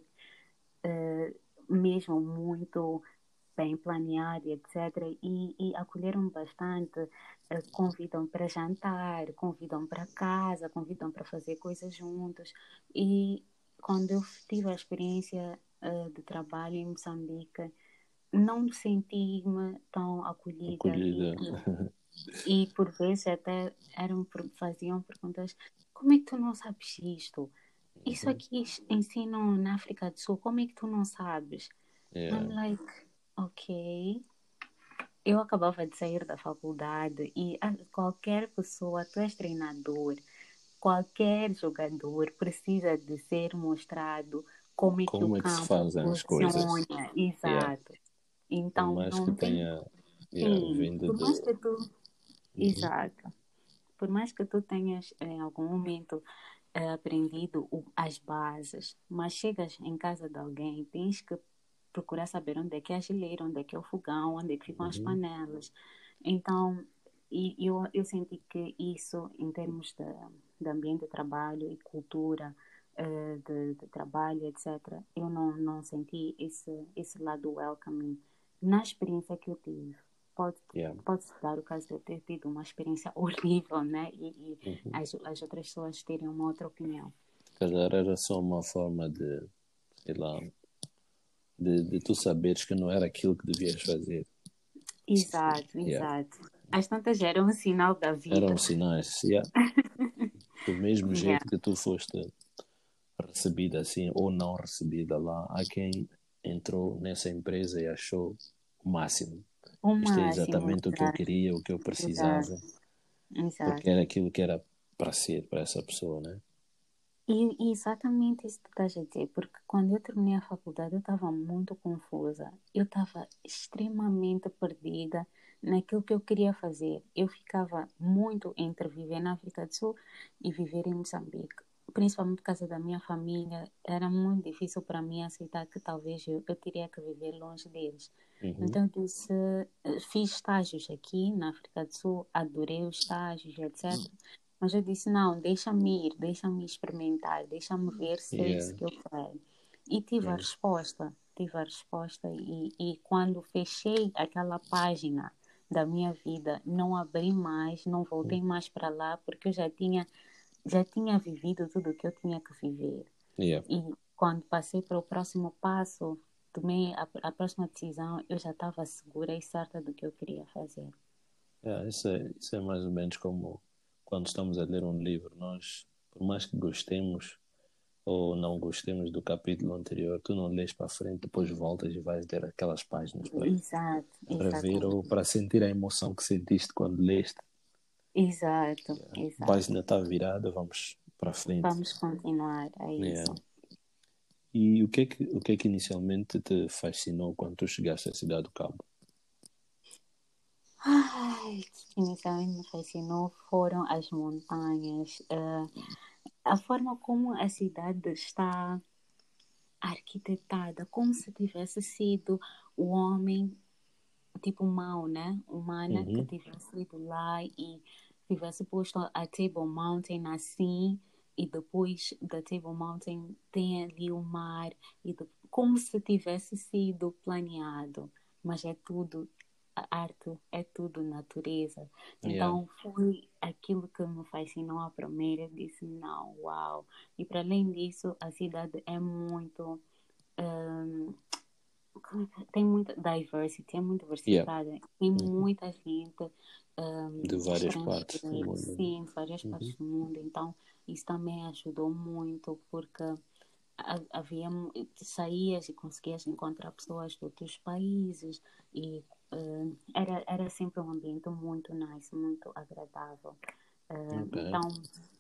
mesmo muito bem planeado, etc. E acolheram bastante, convidam para jantar, convidam para casa, convidam para fazer coisas juntos. E quando eu tive a experiência de trabalho em Moçambique, não senti-me tão acolhida Acolhida. e por vezes até faziam perguntas: como é que tu não sabes isto? Isso Uhum. aqui ensinam na África do Sul, como é que tu não sabes? I'm Yeah. like, ok. Eu acabava de sair da faculdade e qualquer pessoa, tu és treinador, qualquer jogador precisa de ser mostrado como é que o Como é que se campo fazem as coisas? funciona. Yeah. Exato. Por Então, mais que não tem. tenha, yeah, Sim, vindo por de. mais que tu. Uhum. Exato. Por mais que tu tenhas em algum momento aprendido as bases, mas chegas em casa de alguém, tens que procurar saber onde é que é a geleira, onde é que é o fogão, onde é que ficam as Uhum. panelas. Então, eu senti que isso, em termos de ambiente de trabalho e cultura de trabalho, etc., eu não senti esse lado welcoming na experiência que eu tive. Pode, Yeah. pode-se dar o caso de eu ter tido uma experiência horrível, né? E Uhum. as outras pessoas terem uma outra opinião. Se calhar era só uma forma de, sei lá, de tu saberes que não era aquilo que devias fazer. Exato, Yeah. exato. As tantas eram um sinal da Eram vida. sinais. Yeah. Do mesmo Yeah. jeito que tu foste recebida assim ou não recebida lá, há quem entrou nessa empresa e achou o máximo. O Isto é máximo, exatamente o que eu exato, queria, o que eu exato, precisava, porque exato. era aquilo que era para ser, para essa pessoa, né? E exatamente isso que tu estás a dizer, porque quando eu terminei a faculdade eu estava muito confusa, eu estava extremamente perdida naquilo que eu queria fazer. Eu ficava muito entre viver na África do Sul e viver em Moçambique, principalmente por causa da minha família. Era muito difícil para mim aceitar que talvez eu teria que viver longe deles. Uhum. Então eu disse, fiz estágios aqui na África do Sul, adorei os estágios, etc. Mas eu disse, não, deixa-me ir, deixa-me experimentar, deixa-me ver se é Yeah. isso que eu quero. E tive a resposta e quando fechei aquela página da minha vida, não abri mais, não voltei mais para lá, porque eu já tinha vivido tudo o que eu tinha que viver. Yeah. E quando passei para o próximo passo, tomei a próxima decisão, eu já estava segura e certa do que eu queria fazer. Yeah, isso é mais ou menos como quando estamos a ler um livro. Nós, por mais que gostemos ou não gostemos do capítulo anterior, tu não lês para frente, depois voltas e vais ler aquelas páginas Exato, para ver ou exatamente. para sentir a emoção que sentiste quando leste. Exato, A exato. página está virada, vamos para frente. Vamos continuar, é Yeah. isso. E o que é que inicialmente te fascinou quando tu chegaste à cidade do Cabo? Ai, o que inicialmente me fascinou foram as montanhas, a forma como a cidade está arquitetada, como se tivesse sido o homem, tipo mau, né? Humana, que Uhum. tivesse ido lá e tivesse posto a Table Mountain assim, e depois da Table Mountain tem ali o mar, como se tivesse sido planeado, mas é tudo a arte, é tudo natureza. Yeah. Então foi aquilo que me fascinou à primeira, disse não, uau. E para além disso, a cidade é muito tem muita diversity, é muito Yeah. diversificada. Tem Uhum. muita gente De várias partes do estrangeira, mundo, né? sim, de várias Uhum. partes do mundo. Então, isso também ajudou muito, porque havia, saías e conseguias encontrar pessoas de outros países e era sempre um ambiente muito nice, muito agradável. Ok. Então,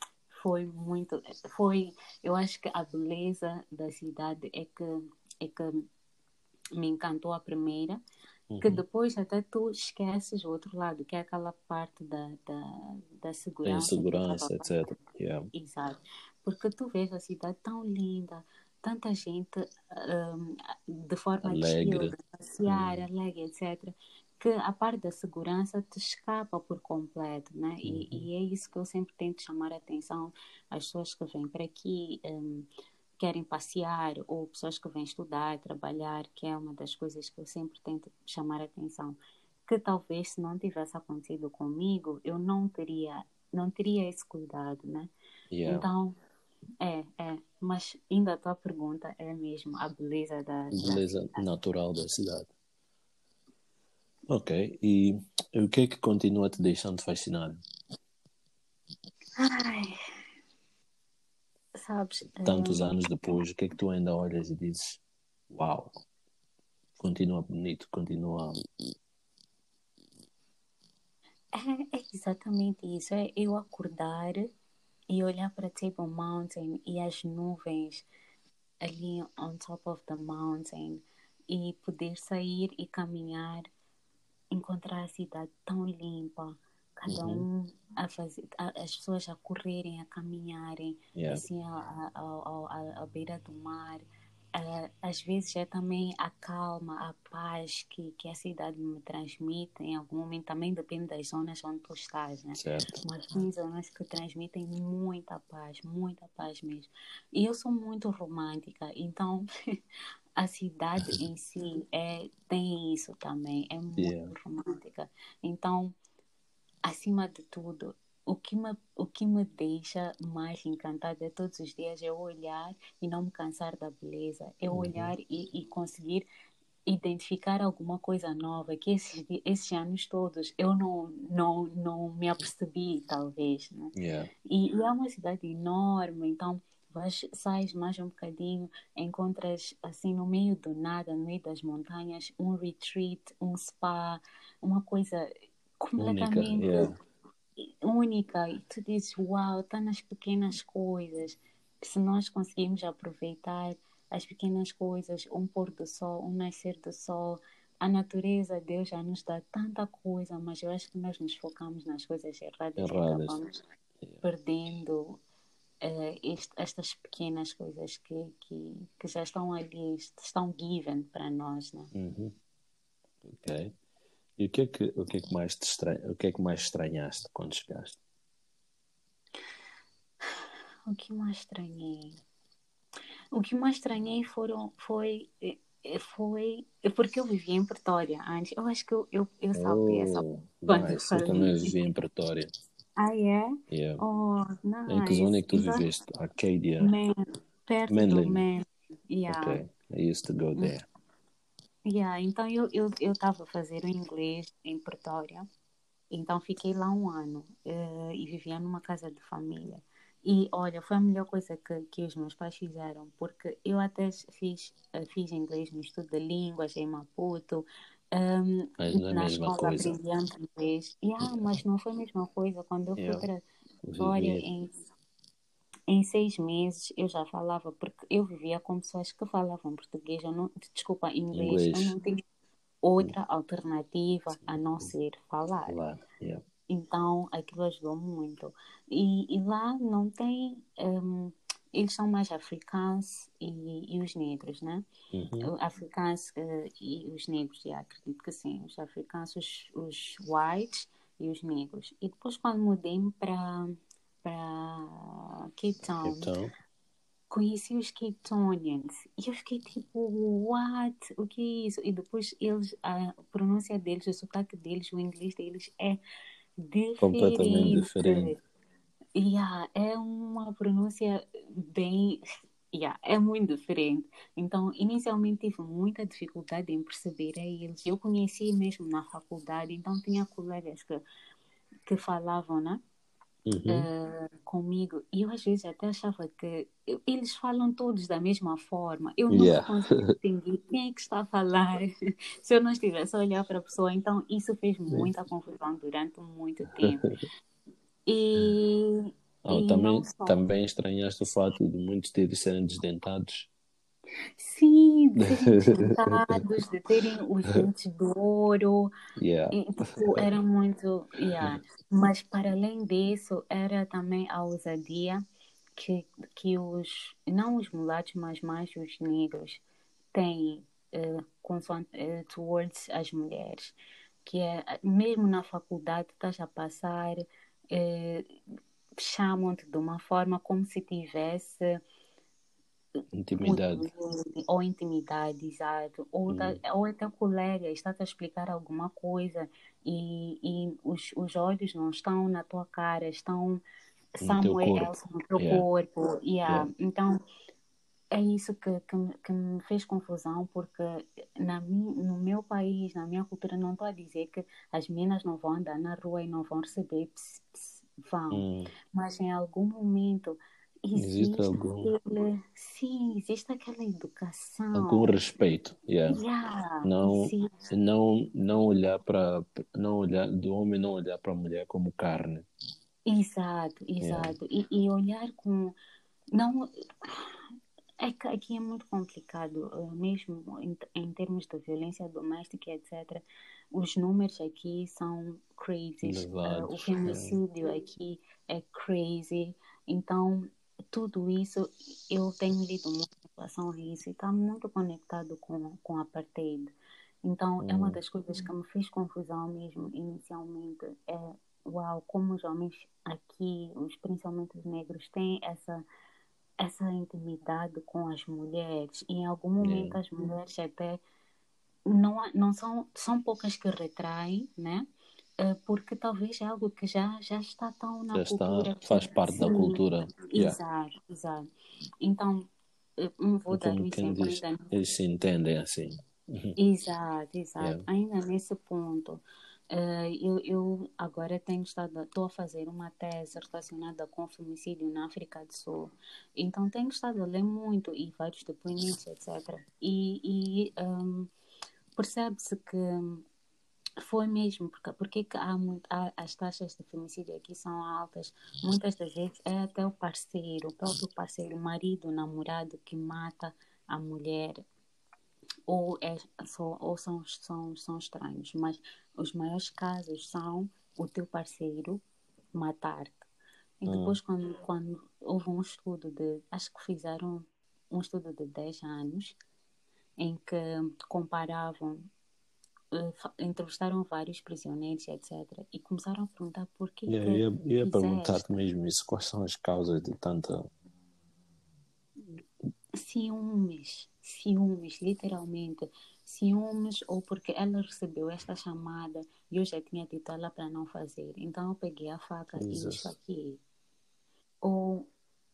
foi, eu acho que a beleza da cidade é que me encantou a primeira, que Uhum. depois até tu esqueces o outro lado, que é aquela parte da Da segurança que eu estava insegurança, falando. etc. Yeah. Exato. Porque tu vês a cidade tão linda, tanta gente um, de forma chill, Alegre. de passear, Uhum. alegre, etc., que a parte da segurança te escapa por completo, né? E, Uhum. e é isso que eu sempre tento chamar a atenção às pessoas que vêm para aqui, querem passear, ou pessoas que vêm estudar, trabalhar, que é uma das coisas que eu sempre tento chamar a atenção. Que talvez se não tivesse acontecido comigo, eu não teria esse cuidado, né? Yeah. Então, mas ainda a tua pergunta é mesmo a beleza da Beleza cidade. natural da cidade. Ok. E o que é que continua te deixando fascinado? Ai, sabes, Tantos anos depois, o que é que tu ainda olhas e dizes, uau, continua bonito, continua. é exatamente isso. É eu acordar e olhar para Table Mountain e as nuvens ali on top of the mountain e poder sair e caminhar, encontrar a cidade tão limpa, cada Uhum. um a fazer, as pessoas a correrem, a caminharem, Yeah. assim, à beira do mar. Às vezes é também a calma, a paz que a cidade me transmite. Em algum momento também depende das zonas onde tu estás, né? Certo. Mas tem zonas que transmitem muita paz mesmo. E eu sou muito romântica, então a cidade em si tem isso também, é muito Yeah. romântica. Então, acima de tudo, o que me deixa mais encantada todos os dias é eu olhar e não me cansar da beleza. É Uhum. olhar e conseguir identificar alguma coisa nova que esses anos todos eu não me apercebi, talvez, né? Yeah. E é uma cidade enorme, então sais mais um bocadinho, encontras assim no meio do nada, no meio das montanhas, um retreat, um spa, uma coisa Única. completamente Yeah. única. E tu dizes, uau, está nas pequenas coisas. Se nós conseguimos aproveitar as pequenas coisas, um pôr do sol, um nascer do sol, a natureza, Deus já nos dá tanta coisa, mas eu acho que nós nos focamos nas coisas erradas e Erradas. acabamos perdendo estas pequenas coisas que já estão ali, estão given para nós, né? Ok. E o que é que mais te estranha, o que é que mais estranhaste quando chegaste? O que mais estranhei? O que mais estranhei foi porque eu vivia em Pretória antes. Eu acho que eu saltei essa Oh, quando eu nice. Eu também falei. vivi em Pretória. Ah, é? Yeah. Oh, Em que zona é nice. que tu Então, viveste? Arcadia. man, perto do Manly. Man. Yeah. Okay. I used to go there. Yeah. Então eu estava a fazer o inglês em Pretória. Então fiquei lá um ano e vivia numa casa de família. E olha, foi a melhor coisa que os meus pais fizeram, porque eu até fiz inglês no estudo de línguas em Maputo, Mas não é a na mesma escola coisa. aprendi inglês. Mas não foi a mesma coisa. Quando eu fui Eu para Vitória, viver. em 6 meses eu já falava, porque eu vivia com pessoas que falavam português, desculpa, inglês, eu Inglês. não tinha outra alternativa a não ser falar. Lá. Yeah. Então, aquilo ajudou muito. E lá não tem. Eles são mais africanos e os negros, né? Africanos e os negros, já acredito que sim. Os africanos, os whites e os negros. E depois, quando mudei para Cape Town, Então, conheci os Cape Townians e eu fiquei tipo, what? O que é isso? E depois a pronúncia deles, o sotaque deles, o inglês deles é completamente diferente. diferente. Yeah, é uma pronúncia bem. Yeah, é muito diferente. Então, inicialmente tive muita dificuldade em perceber a eles. Eu conheci mesmo na faculdade, então tinha colegas que falavam, né? Comigo e eu às vezes até achava que eles falam todos da mesma forma. Eu nunca Yeah. consegui entender quem é que está a falar se eu não estivesse a olhar para a pessoa. Então isso fez muita confusão durante muito tempo. E, e não Também, só. também estranhaste o fato de muitos deles serem desdentados. Sim, de serem desdentados, de terem os dentes de ouro. Yeah. E, tipo, era muito. Yeah. Mas para além disso, era também a ousadia que, não os mulatos, mas mais os negros têm towards as mulheres. Que é, mesmo na faculdade, estás a passar, eh, chamam-te de uma forma como se tivesse Intimidade. poder ou intimidade, exato. Ou até colega está-te a explicar alguma coisa e os olhos não estão na tua cara, estão No teu somewhere corpo. else no teu Yeah. corpo. Yeah. Yeah. Então, é isso que me fez confusão, porque no meu país, na minha cultura, não estou a dizer que as meninas não vão andar na rua e não vão receber vão. Mas em algum momento Existe existe sim, existe aquela algum educação. respeito. Yeah. Yeah, Não, existe. não olhar para, não olhar do homem, não olhar para a mulher como carne. Exato, Yeah. exato. E olhar com. Não, é que aqui é muito complicado, mesmo em termos de violência doméstica, etc. Os números aqui são crazy. O Elevados. Yeah. femicídio aqui é crazy. Então, tudo isso, eu tenho lido muito em relação a isso e está muito conectado com a apartheid. Então, é uma das coisas que me fez confusão mesmo inicialmente. Uau, como os homens aqui, principalmente os negros, têm essa intimidade com as mulheres. E em algum Yeah. momento as mulheres até não são poucas que retraem, né? Porque talvez é algo que já está tão na Já está, cultura que faz parte da sim, cultura. Yeah. exato, exato. Então, não vou É dar como um quem exemplo diz, ainda. eles se entendem assim. Exato, Yeah. exato. Ainda nesse ponto, eu agora estou a fazer uma tese relacionada com femicídio na África do Sul. Então tenho estado a ler muito e vários depoimentos, etc. E percebe-se que Foi mesmo, porque que as taxas de femicídio aqui são altas. Muitas das vezes é até o próprio parceiro, o marido, o namorado que mata a mulher, ou, são estranhos. Mas os maiores casos são o teu parceiro matar-te. E depois, quando houve um estudo acho que fizeram um estudo de 10 anos, em que comparavam, entrevistaram vários prisioneiros, etc. E começaram a perguntar por que Eu que ia perguntar-te fizeste mesmo isso. Quais são as causas de tanta. ciúmes, literalmente. Ciúmes, ou porque ela recebeu esta chamada e eu já tinha dito a ela para não fazer. Então eu peguei a faca e Jesus. esfaqueei. Ou,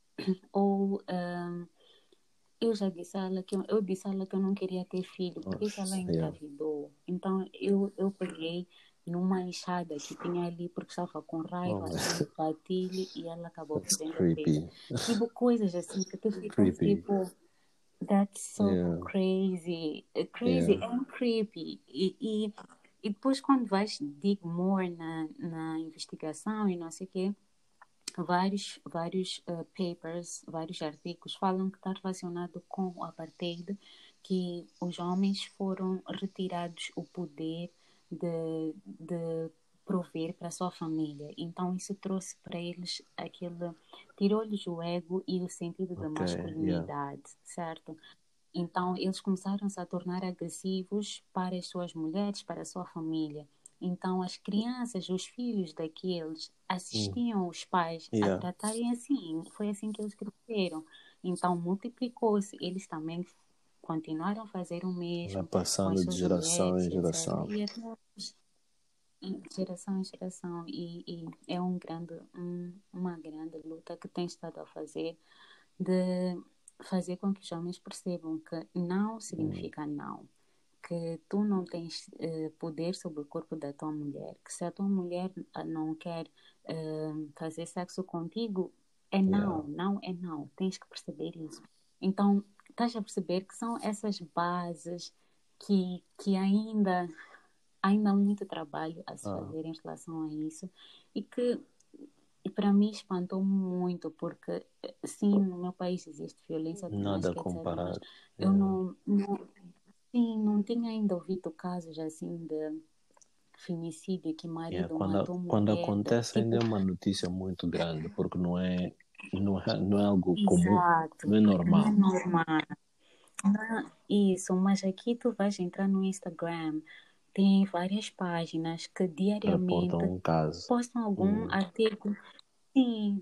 ou eu já disse a ela eu disse a ela que eu não queria ter filho, por isso ela Nossa, yeah. engravidou. Então eu peguei numa enxada que tinha ali porque estava com Oh, raiva man. e bati-lhe e ela acabou That's perdendo o peso. creepy. Tipo, coisas assim que tu ficas Creepy. tipo, that's so Yeah. crazy. Crazy Yeah. and creepy. E depois quando vais dig more na investigação e não sei o quê, vários papers, vários artigos falam que está relacionado com o apartheid, que os homens foram retirados o poder de prover para a sua família. Então isso trouxe para eles tirou-lhes o ego e o sentido da Okay. Yeah. masculinidade, certo? Então, eles começaram-se a tornar agressivos para as suas mulheres, para a sua família. Então, as crianças, os filhos daqueles, Mm. assistiam os pais a Yeah. tratarem assim. Foi assim que eles cresceram. Então, multiplicou-se. Eles também continuaram a fazer o Vai mesmo com as passando de suas geração mulheres, em etc. geração. E até hoje, de geração em geração. E é uma grande luta que tem estado a fazer de fazer com que os homens percebam que não Mm. significa não, que tu não tens poder sobre o corpo da tua mulher, que se a tua mulher não quer fazer sexo contigo, é Yeah. não, não é não, tens que perceber isso. Então, estás a perceber que são essas bases que ainda há muito trabalho a se Ah, fazer em relação a isso e que e para mim espantou-me muito, porque sim, no meu país existe violência nada a doméstica, etc. Mas comparar. eu Yeah. não tinha ainda ouvido casos assim de feminicídio, que Yeah. marido Quando, matou quando mulher. acontece ainda Tipo, é uma notícia muito grande, porque não é algo comum, não exato, é não é normal. normal. Isso, mas aqui tu vais entrar no Instagram, tem várias páginas que Reportam diariamente um caso. postam algum Mm. artigo. Sim,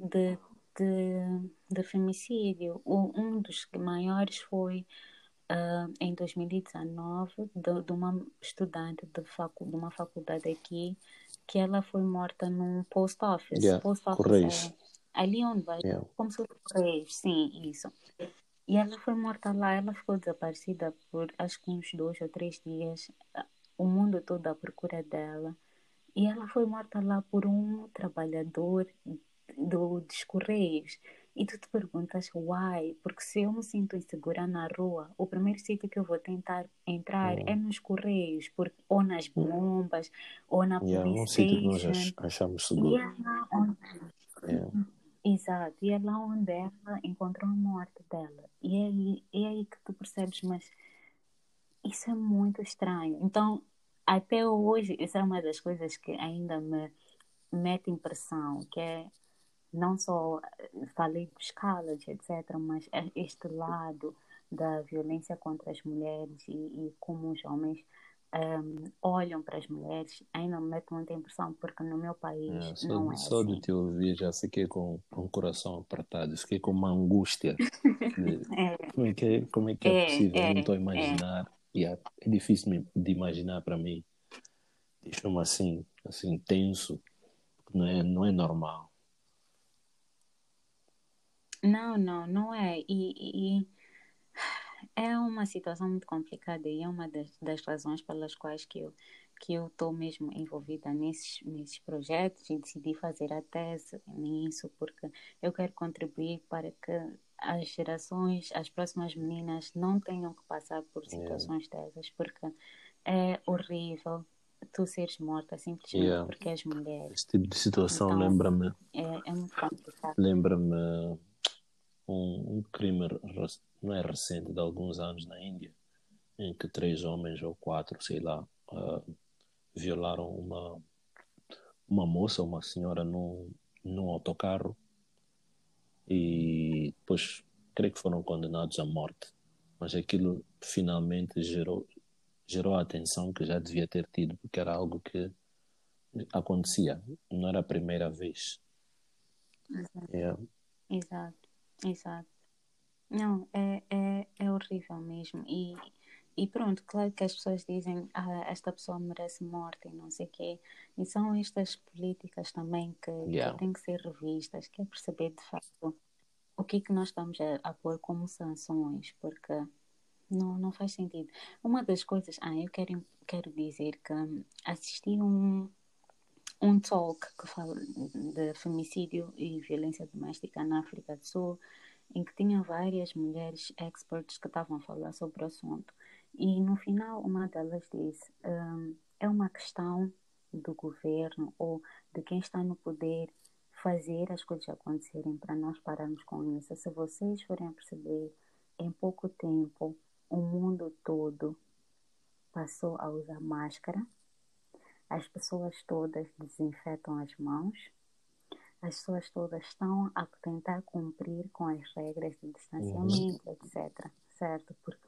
de femicídio. Um dos maiores foi em 2019, de uma estudante de uma faculdade aqui, que ela foi morta num post office. Yeah. Post office é Correios. ali onde vai, Yeah. como se fosse Correios, sim, isso. E ela foi morta lá, ela ficou desaparecida por acho que uns 2 ou 3 dias. O mundo todo à procura dela. E ela foi morta lá por um trabalhador dos Correios. E tu te perguntas, why? Porque se eu me sinto insegura na rua, o primeiro sítio que eu vou tentar entrar é Mm. nos Correios, ou nas bombas, ou na Yeah. police Um sítio que nós station. achamos E seguro. é lá onde, Yeah. exato, e é lá onde ela encontrou a morte dela. E é aí que tu percebes, mas isso é muito estranho. Então, até hoje, isso é uma das coisas que ainda me mete impressão, que é não só falei dos college, etc., mas este lado da violência contra as mulheres e como os homens olham para as mulheres, ainda me mete muita impressão, porque no meu país Yeah. Só, não é só de assim. te ouvir já fiquei com o coração apertado. Fiquei com uma angústia de como é que é É, possível? é, Nem estou a é. imaginar. Yeah. É difícil de imaginar para mim. Deixa-me assim tenso, porque não é normal. Não, não, não é. E é uma situação muito complicada e é uma das razões pelas quais que eu estou mesmo envolvida nesses projetos e decidi fazer a tese nisso, porque eu quero contribuir para que as próximas meninas não tenham que passar por Yeah. situações dessas, porque é horrível tu seres morta simplesmente Yeah. porque és mulher. Esse tipo de situação Então, lembra-me é muito complicado. lembra-me um crime, não é recente, de alguns anos na Índia, em que 3 homens ou 4, sei lá, violaram uma moça, uma senhora num autocarro e depois creio que foram condenados à morte. Mas aquilo finalmente gerou a atenção que já devia ter tido, porque era algo que acontecia, não era a primeira vez. Exato, Yeah. exato, exato. Não, é horrível mesmo. E pronto, claro que as pessoas dizem, esta pessoa merece morte e não sei o quê. E são estas políticas também que Yeah. têm que ser revistas, que é perceber de facto o que é que nós estamos a pôr como sanções, porque não faz sentido. Uma das coisas, quero dizer que assisti um talk que fala de femicídio e violência doméstica na África do Sul, em que tinha várias mulheres experts que estavam a falar sobre o assunto. E no final, uma delas disse: é uma questão do governo ou de quem está no poder fazer as coisas acontecerem para nós pararmos com isso. Se vocês forem a perceber, em pouco tempo, o mundo todo passou a usar máscara, as pessoas todas desinfetam as mãos, as pessoas todas estão a tentar cumprir com as regras de distanciamento, etc. Certo? Porque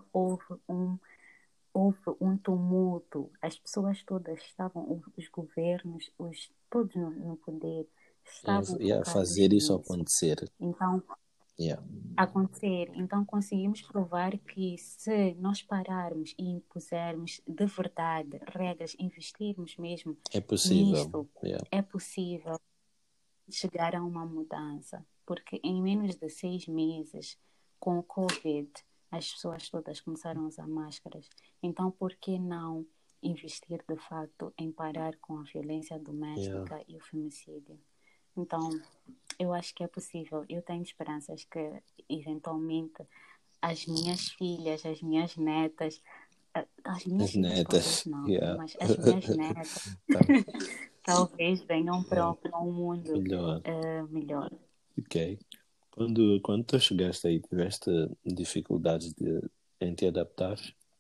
houve um tumulto, as pessoas todas estavam, os governos, todos no poder, estavam Yeah, focados fazer isso nisso. acontecer. Então, Yeah. então conseguimos provar que se nós pararmos e impusermos de verdade regras, investirmos mesmo É possível. nisto, Yeah. é possível chegar a uma mudança, porque em menos de 6 meses, com o Covid, as pessoas todas começaram a usar máscaras. Então, por que não investir de facto em parar com a violência Yeah. doméstica e o femicídio? Então, eu acho que é possível. Eu tenho esperanças que, eventualmente, as minhas filhas, as minhas netas, as minhas As filhas talvez netas. não, Yeah. mas as minhas netas Tá. talvez venham Yeah. para um mundo Melhor. melhor. Ok. Quando tu chegaste aí, tiveste dificuldades em te adaptar?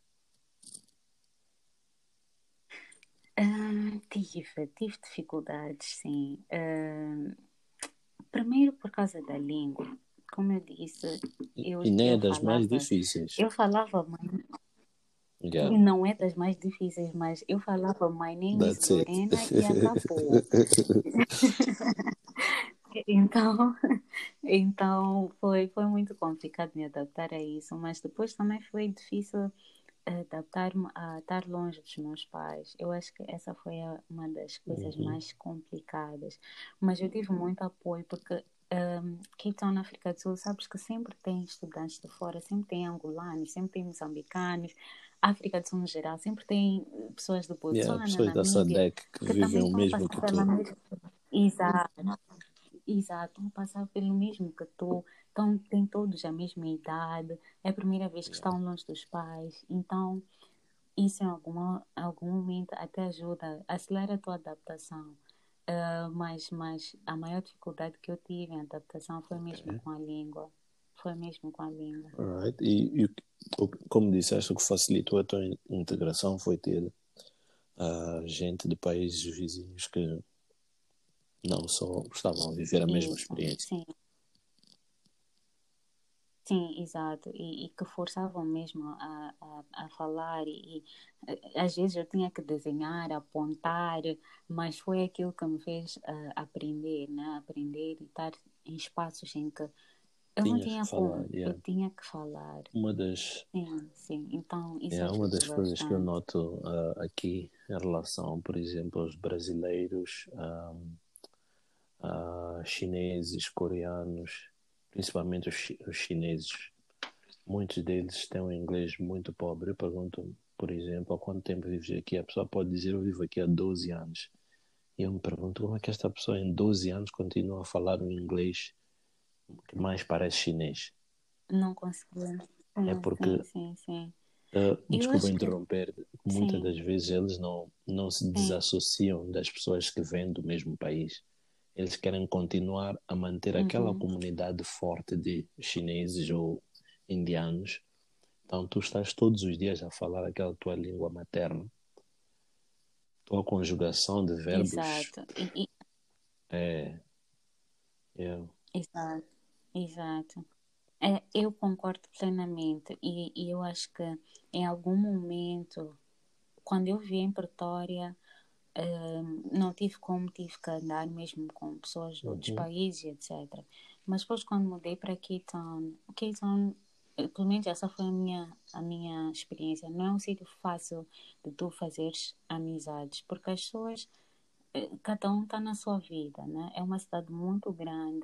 Tive dificuldades, sim. Primeiro por causa da língua. Como eu disse, E nem é eu das mais falava, difíceis. eu falava, Yeah. não é das mais difíceis, mas eu falava My name is That's it. Lorena e acabou. Então, então foi muito complicado me adaptar a isso, mas depois também foi difícil adaptar-me a estar longe dos meus pais. Eu acho que essa foi uma das coisas mais complicadas. Mas eu tive muito apoio porque Cape Town, na África do Sul, sabes que sempre tem estudantes de fora, sempre tem angolanos, sempre tem moçambicanos, África do Sul no geral, sempre tem pessoas de Yeah, Botsuana, pessoas da Namíbia, SADC que que também vivem o estão a mesmo passar que pela tu. mesma. Exato. Exato, estão a passar pelo mesmo que tu, então têm todos a mesma idade, é a primeira vez que Yeah. estão longe dos pais, então isso em algum momento até ajuda, acelera a tua adaptação. Mas a maior dificuldade que eu tive em adaptação foi mesmo Ok. com a língua. Foi mesmo com a língua. Alright. Como disseste, o que facilitou a tua integração foi ter gente de países vizinhos que não só estavam a viver a mesma Isso, experiência. sim. Sim, exato. E que forçavam mesmo a falar. Às vezes eu tinha que desenhar, apontar, mas foi aquilo que me fez aprender, né? Aprender e estar em espaços em que eu não Tinhas que tinha falar. como, eu Yeah. tinha que falar. Uma das, Sim, sim. Então isso yeah, uma ajuda das coisas que eu bastante. noto aqui em relação, por exemplo, aos brasileiros, a chineses, coreanos, principalmente os chineses, muitos deles têm um inglês muito pobre. Eu pergunto, por exemplo, há quanto tempo vives aqui? A pessoa pode dizer, eu vivo aqui há 12 anos. E eu me pergunto, como é que esta pessoa em 12 anos continua a falar um inglês que mais parece chinês? Não conseguia. É Sim, porque sim, sim, sim. Eu Desculpa acho que interromper. Muitas sim. das vezes eles não se Sim. desassociam das pessoas que vêm do mesmo país. Eles querem continuar a manter aquela Uhum. comunidade forte de chineses ou indianos. Então, tu estás todos os dias a falar aquela tua língua materna. Tua conjugação de verbos Exato. é, é, Exato. Exato. É, eu concordo plenamente e eu acho que em algum momento, quando eu vim em Pretória, não tive como, tive que andar mesmo com pessoas de outros uhum, países, etc. Mas depois quando mudei para Cape Town, pelo menos essa foi a minha experiência. Não é um sítio fácil de tu fazeres amizades, porque as pessoas, cada um está na sua vida, né? É uma cidade muito grande.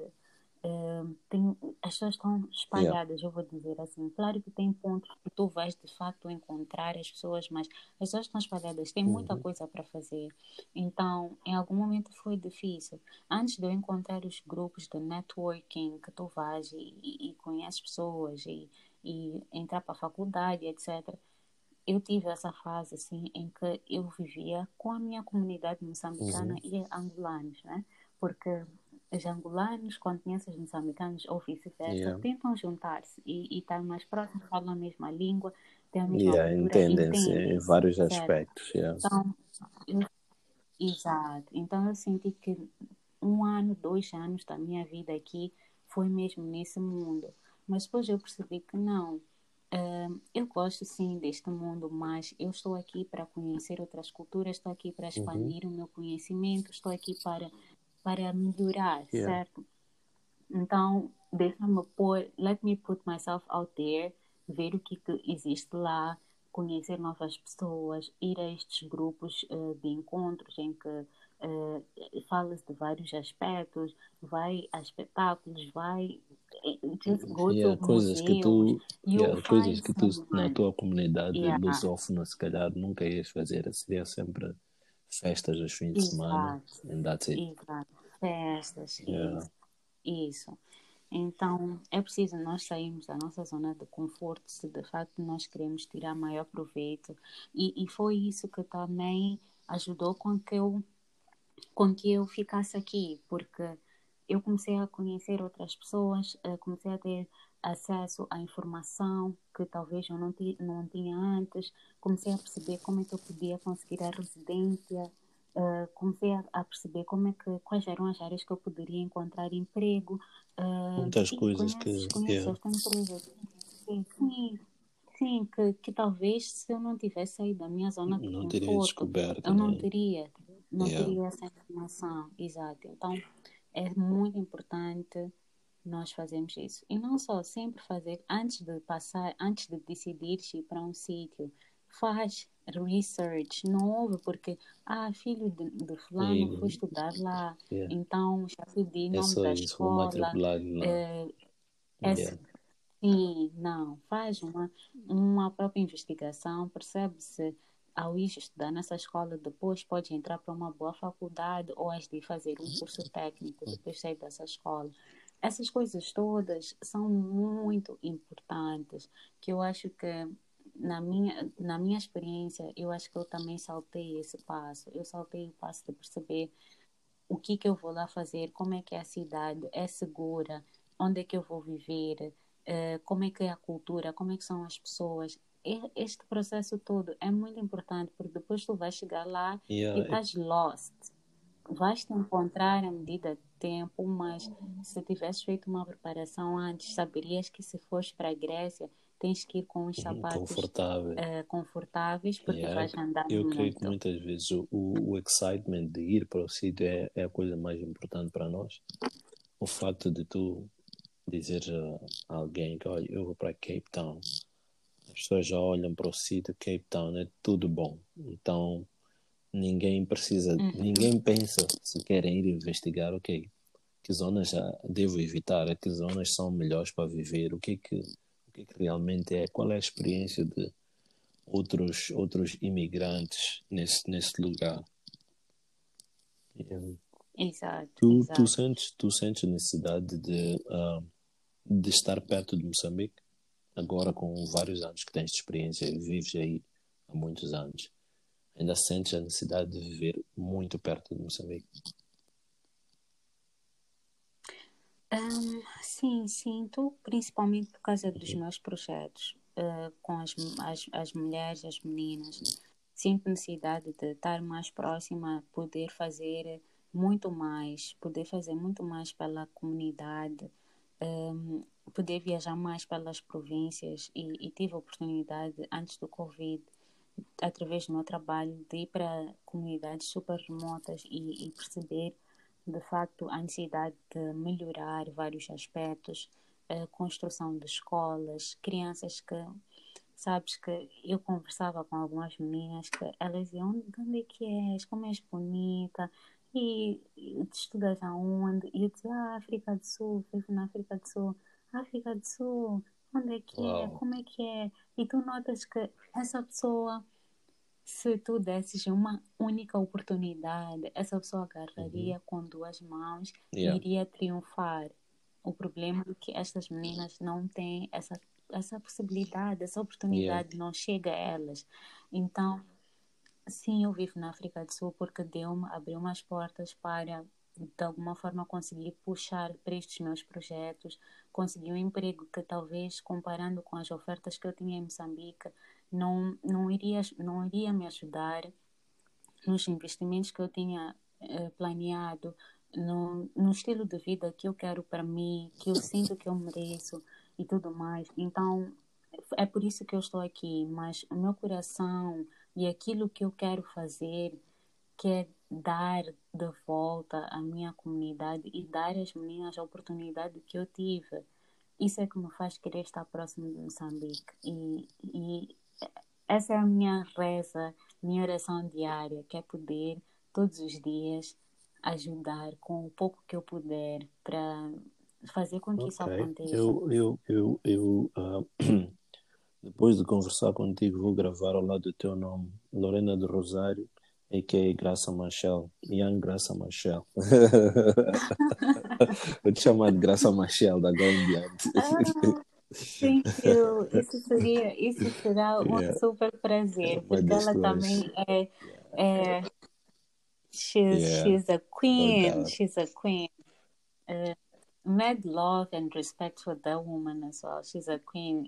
As pessoas estão yeah, espalhadas, eu vou dizer assim. Claro que tem pontos que tu vais de facto encontrar as pessoas, mas as pessoas estão espalhadas, tem muita uhum, coisa para fazer. Então, em algum momento foi difícil. Antes de eu encontrar os grupos de networking que tu vais e conheces pessoas e entrar para a faculdade, etc. Eu tive essa fase assim em que eu vivia com a minha comunidade moçambicana uhum, e angolanos, né? Porque os angolanos, quando conhecem os moçambicanos ou vice-versa, yeah, tentam juntar-se e estar mais próximos, falam a mesma língua, têm a mesma yeah, cultura, entendem-se em entendem-se, vários certo? aspectos. Yeah. Então, eu, exato. Então eu senti que 1 ano, 2 anos da minha vida aqui foi mesmo nesse mundo. Mas depois eu percebi que não. Eu gosto sim deste mundo, mas eu estou aqui para conhecer outras culturas, estou aqui para Uhum, expandir o meu conhecimento, estou aqui para melhorar, yeah. certo? Então, deixa-me pôr, let me put myself out there, ver o que existe lá, conhecer novas pessoas, ir a estes grupos de encontros em que fala-se de vários aspectos, vai a espetáculos, vai just go E to há coisas que museus, tu, e you'll há coisas find que tu na someone. tua comunidade Yeah, lusófona se calhar nunca ias fazer. Seria sempre festas aos fins de semana, exato, and that's it. exato. Festas, Yeah. isso. Então, é preciso nós sairmos da nossa zona de conforto se de facto nós queremos tirar maior proveito. E foi isso que também ajudou com que eu ficasse aqui, porque eu comecei a conhecer outras pessoas, comecei a ter acesso à informação que talvez eu não tinha antes, comecei a perceber como é que eu podia conseguir a residência, comecei a perceber quais eram as áreas que eu poderia encontrar emprego, Muitas e coisas que conheces yeah, esta empresa. Sim, sim, que talvez se eu não tivesse saído da minha zona de não teria conforto, descoberto, eu não né? teria, não Yeah. teria essa informação, exato. Então, é muito importante nós fazermos isso. E não só sempre fazer, antes de decidir ir para um sítio, faz research, não ouve porque, filho de fulano foi E, estudar lá, yeah. então já pedi É nome só da isso, vou escola, matricular lá. é, é Yeah. sim, não, faz uma própria investigação, percebe-se ao ir estudar nessa escola, depois pode entrar para uma boa faculdade ou has de fazer um curso técnico depois de sair dessa escola. Essas coisas todas são muito importantes, que eu acho que na minha experiência, eu acho que eu também saltei esse passo. Eu saltei o passo de perceber o que eu vou lá fazer, como é que é a cidade, é segura, onde é que eu vou viver, como é que é a cultura, como é que são as pessoas. Este processo todo é muito importante, porque depois tu vais chegar lá e Yeah. estás lost. Vais te encontrar à medida do tempo, mas se tivesse feito uma preparação antes, saberias que se fores para a Grécia, tens que ir com os sapatos Confortável. confortáveis, porque Yeah. vais andar Eu creio que muito. muitas vezes o excitement de ir para o sítio é a coisa mais importante para nós. O facto de tu dizer a alguém que, olha, eu vou para Cape Town, as pessoas já olham para o sítio, Cape Town é tudo bom. Então Uhum. ninguém pensa se querem ir investigar, ok, que zonas já devo evitar, que zonas são melhores para viver, o que realmente é, qual é a experiência de outros imigrantes nesse lugar. E, Exato, tu exato. sentes necessidade de estar perto de Moçambique? agora com vários anos que tens de experiência e vives aí há muitos anos, ainda sentes a necessidade de viver muito perto de Moçambique? Sim, sinto, principalmente por causa dos Uhum. meus projetos, com as mulheres, as meninas. Sinto necessidade de estar mais próxima, poder fazer muito mais pela comunidade, poder viajar mais pelas províncias e tive a oportunidade, antes do Covid, através do meu trabalho, de ir para comunidades super remotas e perceber de facto a necessidade de melhorar vários aspectos, a construção de escolas, crianças que, sabes, que eu conversava com algumas meninas que elas diziam, de onde é que és? Como és bonita? E tu estudas aonde? E eu dizia, África do Sul, vivo na África do Sul. África do Sul, onde é que é? Uau! Como é que é? E tu notas que essa pessoa, se tu desses uma única oportunidade, essa pessoa Uhum. agarraria com duas mãos e Yeah. iria triunfar. O problema é que estas meninas não têm essa possibilidade, essa Yeah. oportunidade não chega a elas. Então, sim, eu vivo na África do Sul porque abriu umas portas para, de alguma forma, conseguir puxar para estes meus projetos, conseguir um emprego que talvez, comparando com as ofertas que eu tinha em Moçambique, não iria me ajudar nos investimentos que eu tinha planeado, no estilo de vida que eu quero para mim, que eu sinto que eu mereço e tudo mais. Então, é por isso que eu estou aqui, mas o meu coração e aquilo que eu quero fazer, que é dar de volta à minha comunidade e dar às meninas a oportunidade que eu tive. Isso é que me faz querer estar próximo de Moçambique. E essa é a minha reza, minha oração diária, que é poder, todos os dias, ajudar com o pouco que eu puder para fazer com que isso Ok. aconteça. Depois de conversar contigo, vou gravar ao lado do teu nome, Lorena do Rosário, a.k.a. Graça Machel, Young Graça Machel. Vou te chamar de Graça Machel da agora em diante. Ah, thank you. Isso será um Yeah, super prazer, uma porque das ela tuas. também Yeah, é yeah, she's a no queen. doubt. She's a queen. Mad love and respect for that woman as well. She's a queen.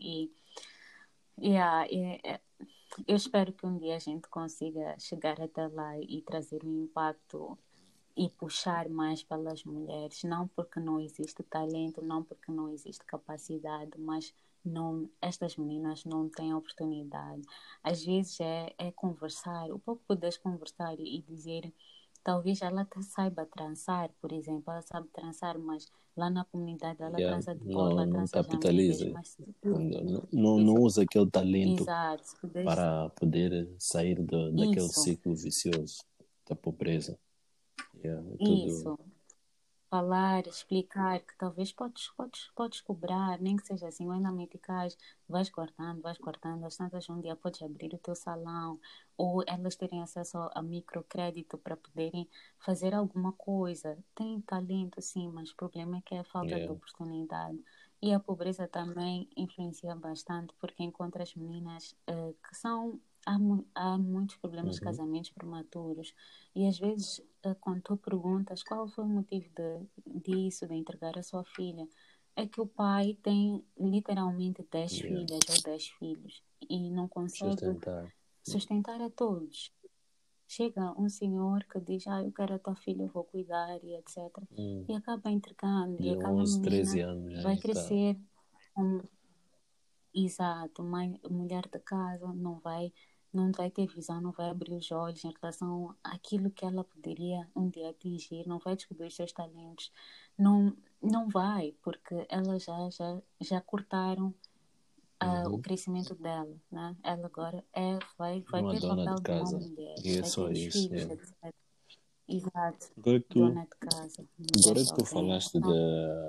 Yeah, eu espero que um dia a gente consiga chegar até lá e trazer um impacto e puxar mais pelas mulheres, não porque não existe talento, não porque não existe capacidade, mas não, estas meninas não têm oportunidade. Às vezes é conversar, o pouco poderes conversar e dizer, talvez ela até saiba trançar, por exemplo, ela sabe trançar, mas lá na comunidade ela Yeah, trança de não, borla, não trança as amigas, capitaliza. mas se tu, Não usa aquele talento exato, se puderes, para poder sair daquele isso, ciclo vicioso da pobreza. Yeah, é tudo. isso. Falar, explicar que talvez podes cobrar, nem que seja assim, ainda meticais, vais cortando, às tantas um dia podes abrir o teu salão, ou elas terem acesso a microcrédito para poderem fazer alguma coisa. Tem talento, sim, mas o problema é que é a falta de Yeah. oportunidade. E a pobreza também influencia bastante, porque encontras meninas que são. Há muitos problemas de Uhum. casamentos prematuros e às vezes, quando tu perguntas qual foi o motivo disso, de entregar a sua filha, é que o pai tem literalmente 10 Yeah. filhas ou 10 filhos e não consegue Sustentar. Yeah. sustentar a todos. Chega um senhor que diz, eu quero a tua filha, eu vou cuidar e etc. Hum. E acaba entregando, e De aquela 11, 13 menina anos já vai está. crescer com exato, mãe, mulher de casa não vai ter visão, não vai abrir os olhos em relação àquilo que ela poderia um dia atingir, não vai descobrir os seus talentos, não vai, porque elas já cortaram o Uhum. crescimento dela, né? Ela agora vai Uma ter dona de papel de uma casa. mulher, E é vai ter só os isso. filhos, Yeah. etc. Exato, Agora que tu, dona de casa, mulher agora que tu solteira. falaste Então,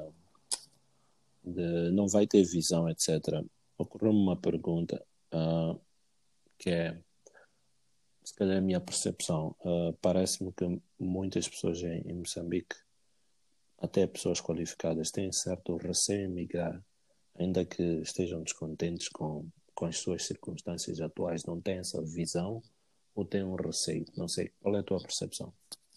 de não vai ter visão, etc., ocorreu-me uma pergunta, que é, se calhar a minha percepção. Parece-me que muitas pessoas em Moçambique, até pessoas qualificadas, têm certo receio em migrar ainda que estejam descontentes com as suas circunstâncias atuais, não têm essa visão ou têm um receio? Não sei, qual é a tua percepção?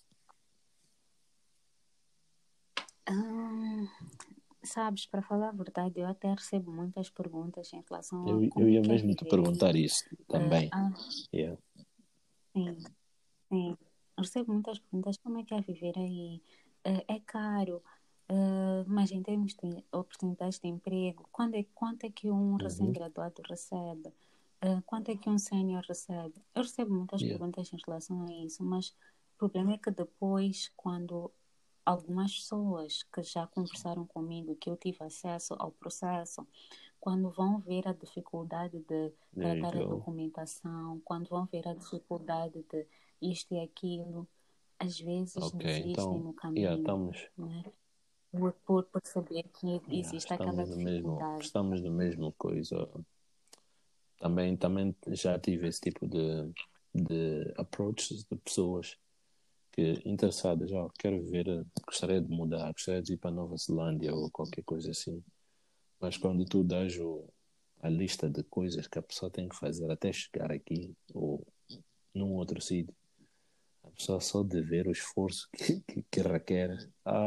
Hum, Sabes, para falar a verdade, eu até recebo muitas perguntas em relação a Eu como ia que é mesmo te viver perguntar aí. isso também. Ah, Yeah. sim, sim. Eu recebo muitas perguntas, como é que é viver aí? É caro, mas em termos de oportunidades de emprego, quanto é que um Uhum. recém-graduado recebe? Quanto é que um sénior recebe? Eu recebo muitas Yeah. perguntas em relação a isso, mas o problema é que depois, quando algumas pessoas que já conversaram comigo, que eu tive acesso ao processo, quando vão ver a dificuldade de There you tratar a go. documentação, quando vão ver a dificuldade de isto e aquilo, às vezes Ok, desistem então, no yeah, caminho, né? Por saber que yeah, existe aquela dificuldade. estamos no mesmo coisa. Também já tive esse tipo de approaches de pessoas que interessadas, quero ver, gostaria de mudar, gostaria de ir para Nova Zelândia ou qualquer coisa assim. Mas quando tu dás a lista de coisas que a pessoa tem que fazer até chegar aqui ou num outro sítio, a pessoa só de ver o esforço que requer,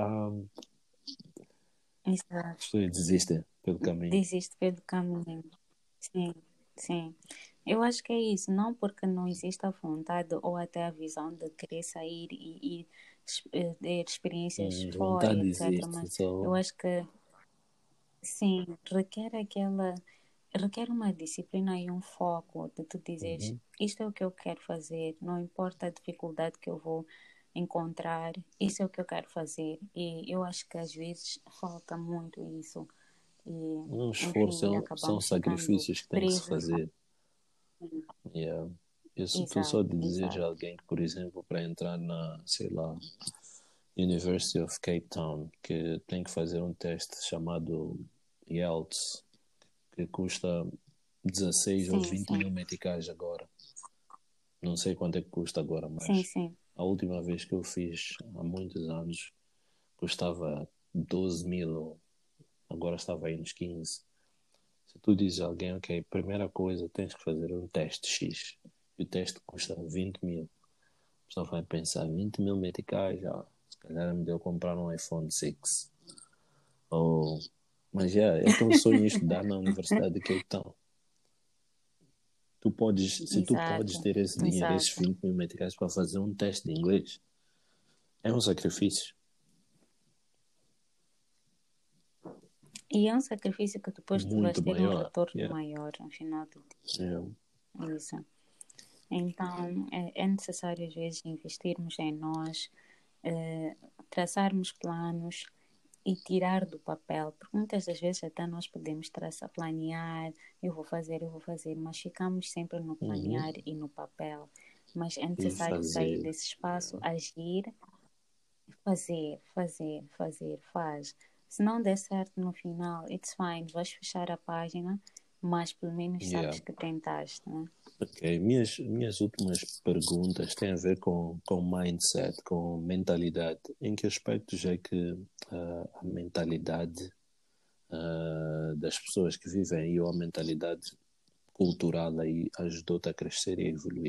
Exato. as pessoas desistem pelo caminho. Desiste pelo caminho. Sim, sim. Eu acho que é isso, não porque não existe a vontade ou até a visão de querer sair e ter experiências fora e Vontade etc. existe, Mas só. eu acho que sim, requer uma disciplina e um foco de tu dizeres, Uhum. isto é o que eu quero fazer, não importa a dificuldade que eu vou encontrar, isso é o que eu quero fazer. E eu acho que às vezes falta muito isso. E, Um esforço, enfim, são acabamos ficando sacrifícios que tem que se presos. fazer. Yeah. Eu, se tu só Exato, de dizer a exato. alguém que, por exemplo, para entrar na, sei lá, University of Cape Town, que tem que fazer um teste chamado IELTS, que custa 16 ou Sim, 20 sim, mil meticais agora. Não sei quanto é que custa agora, sim, mas sim. a última vez que eu fiz, há muitos anos, custava 12 mil, agora estava aí nos 15. Se tu dizes a alguém, ok, primeira coisa, tens que fazer um teste X, e o teste custa 20 mil. A pessoa vai pensar, 20 mil meticais, se calhar me deu comprar um iPhone 6. Ou, mas é tão sonho estudar na Universidade de Cape Town. Se tu podes Exato, ter esse dinheiro, esses exato. 20 mil meticais para fazer um teste de inglês, é um sacrifício E é um sacrifício que depois tu vais muito ter um maior. retorno Yeah. maior no final do Yeah. dia. Isso. Então, é necessário às vezes investirmos em nós, eh, traçarmos planos e tirar do papel, porque muitas das vezes até nós podemos traçar, planear, eu vou fazer, mas ficamos sempre no Uhum. planear e no papel. Mas é E necessário sair fazer. desse espaço, agir, faz. Se não der certo no final, it's fine, vais fechar a página, mas pelo menos Yeah. sabes que tentaste, né? Ok, minhas últimas perguntas têm a ver com mindset, com mentalidade. Em que aspectos é que a mentalidade das pessoas que vivem aí ou a mentalidade cultural aí ajudou-te a crescer e a evoluir?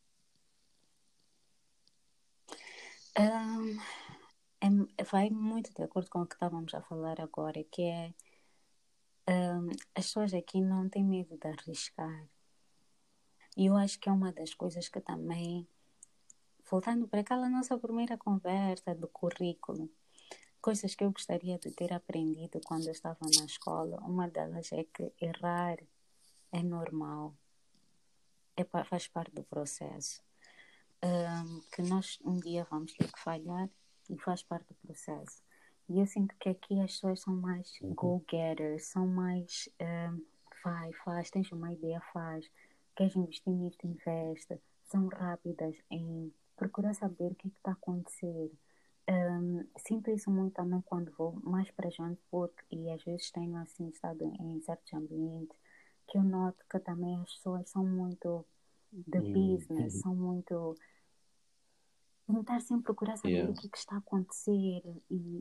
Ahn, vai muito de acordo com o que estávamos a falar agora, que é as pessoas aqui não têm medo de arriscar. E eu acho que é uma das coisas que também, voltando para aquela nossa primeira conversa do currículo, coisas que eu gostaria de ter aprendido quando eu estava na escola, uma delas é que errar é normal, faz parte do processo. Que nós um dia vamos ter que falhar e faz parte do processo. E eu sinto que aqui as pessoas são mais Uhum. go-getters, são mais faz, tens uma ideia, faz, queres investir nisto, investe, são rápidas em procurar saber o que está a acontecer. Sinto isso muito também quando vou mais para Johannesburg e às vezes tenho assim estado em certos ambientes que eu noto que também as pessoas são muito de business, Uhum. são muito tentar sempre procurar saber Yeah. o que está a acontecer e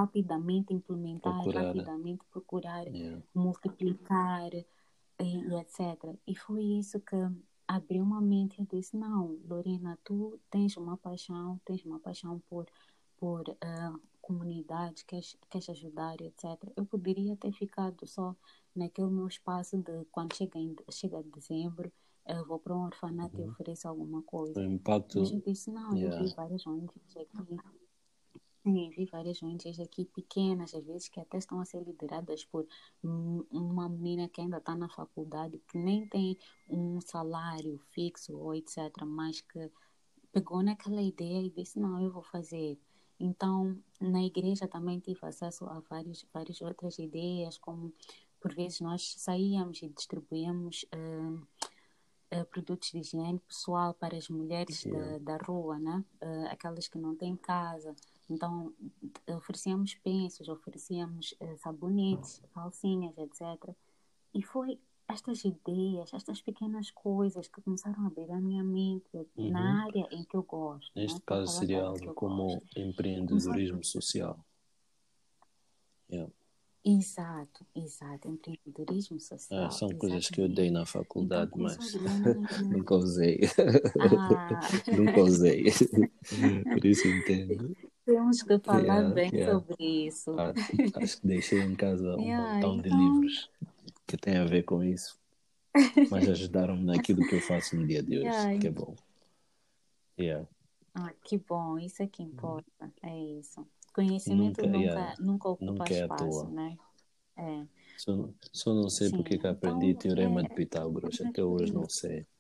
rapidamente implementar, Procurar. rapidamente procurar Yeah. multiplicar e etc. E foi isso que abriu uma mente. Eu disse, não, Lorena, tu tens uma paixão por comunidade, queres ajudar, etc. Eu poderia ter ficado só naquele meu espaço de quando chega dezembro, eu vou para um orfanato e ofereço alguma O coisa. impacto. Mas eu disse, não, eu Yeah. vi várias ONGs aqui. Sim, vi várias ONGs aqui pequenas, às vezes, que até estão a ser lideradas por uma menina que ainda está na faculdade, que nem tem um salário fixo ou etc., mas que pegou naquela ideia e disse, não, eu vou fazer. Então, na igreja também tive acesso a várias outras ideias, como por vezes nós saíamos e distribuíamos produtos de higiene pessoal para as mulheres Yeah. da rua, né? Aquelas que não têm casa. Então, oferecíamos pensos, oferecíamos sabonetes, calcinhas, etc. E foi estas ideias, estas pequenas coisas que começaram a abrir a minha mente na área em que eu gosto, né? Neste Estou a caso falar da seria área que algo eu gosto. como Começaram... empreendedorismo social. Yeah. Exato, empreendedorismo social, São coisas que eu dei exatamente. na Então faculdade, começou a mas abrir a minha nunca mente. usei. Ah, Nunca usei. Por isso entendo. temos que falar Yeah, bem yeah. sobre isso. Acho que deixei em casa um Yeah, montão de então, livros que têm a ver com isso, mas ajudaram-me naquilo que eu faço no dia de hoje, yeah. que é bom. Yeah. Que bom, isso é que importa, é isso. Conhecimento Nunca, yeah, nunca ocupa nunca é à espaço, toa. né? É, Só não sei porque sim. que aprendi Então, Teorema de Pitágoras. é Até por hoje não isso. sei.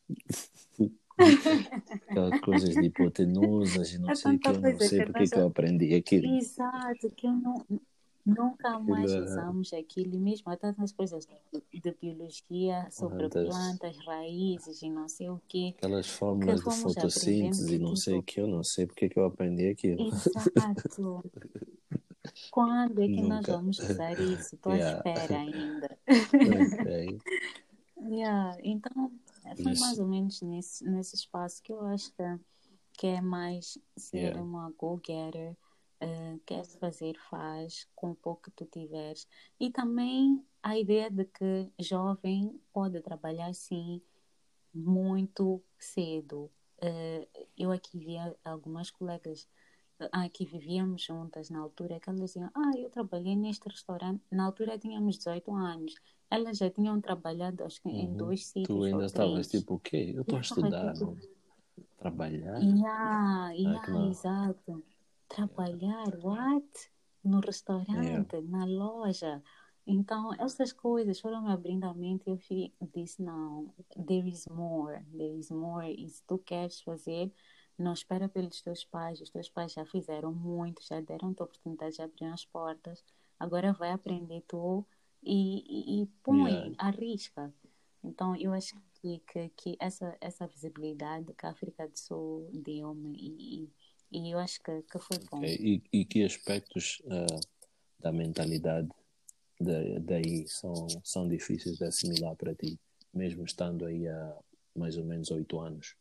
Aquelas coisas de hipotenusas e não É sei o que, tanta eu não coisa sei que porque nós que eu aprendi aquilo. exato, que eu nunca Aquilo mais é usamos aquilo, e mesmo há tantas coisas de biologia sobre das, plantas, raízes e não sei o quê, aquelas que fórmulas de fomos aprendendo fotossíntese e que não sei o tipo, que, eu não sei porque que eu aprendi aquilo. exato, quando é que nós Nunca. vamos usar isso? Estou à Yeah. espera ainda. Ok. Yeah, então, Por foi mais isso, ou menos nesse espaço que eu acho que é mais ser yeah. uma go-getter, queres fazer, faz, com o pouco que tu tiveres. E também a ideia de que jovem pode trabalhar, sim, muito cedo. Eu aqui via algumas colegas que vivíamos juntas na altura, que elas diziam, eu trabalhei neste restaurante, na altura tínhamos 18 anos, elas já tinham trabalhado acho que em Uhum. dois Tu sítios ou ainda estavas três. tipo, o quê? Eu E estou a eu estava estudar, tipo, não? Trabalhar? Que não. exato. Yeah. Trabalhar, what? No Yeah. restaurante, na loja. Então, essas coisas foram me abrindo a mente e eu disse, não, there is more. E se tu queres fazer, não espera pelos teus pais. Os teus pais já fizeram muito, já deram-te a oportunidade, já abriram as portas. Agora vai aprender tu e Yeah. põe, arrisca. Então, eu acho que essa visibilidade que a África do Sul deu-me e eu acho que foi bom. Ok. E que aspectos da mentalidade daí são difíceis de assimilar para ti, mesmo estando aí há mais ou menos 8 anos?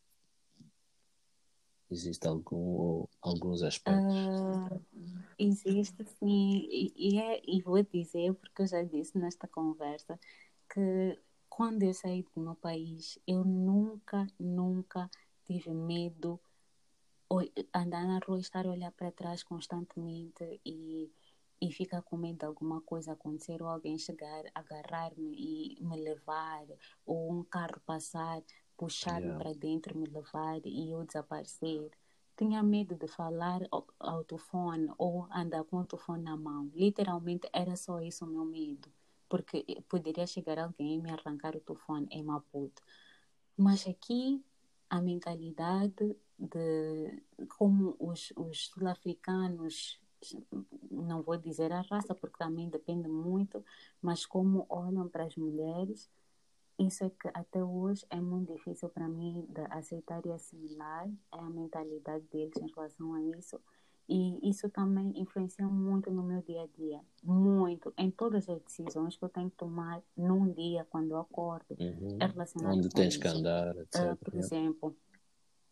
Existe alguns aspectos? Ah, existe sim, e vou dizer, porque eu já disse nesta conversa, que quando eu saí do meu país, eu nunca tive medo andar na rua e estar a olhar para trás constantemente e ficar com medo de alguma coisa acontecer ou alguém chegar, agarrar-me e me levar, ou um carro passar, puxar-me Yeah. para dentro, me levar e eu desaparecer. Tinha medo de falar ao telefone ou andar com o telefone na mão. Literalmente era só isso o meu medo. Porque poderia chegar alguém e me arrancar o telefone em Maputo. Mas aqui a mentalidade de como os sul-africanos, não vou dizer a raça, porque também depende muito, mas como olham para as mulheres, isso é que até hoje é muito difícil para mim de aceitar e assimilar, é a mentalidade deles em relação a isso. E isso também influencia muito no meu dia a dia, muito, em todas as decisões que eu tenho que tomar num dia, quando eu acordo, é Uhum. relacionado Onde com tens que isso. andar, etc. Por Yeah. exemplo,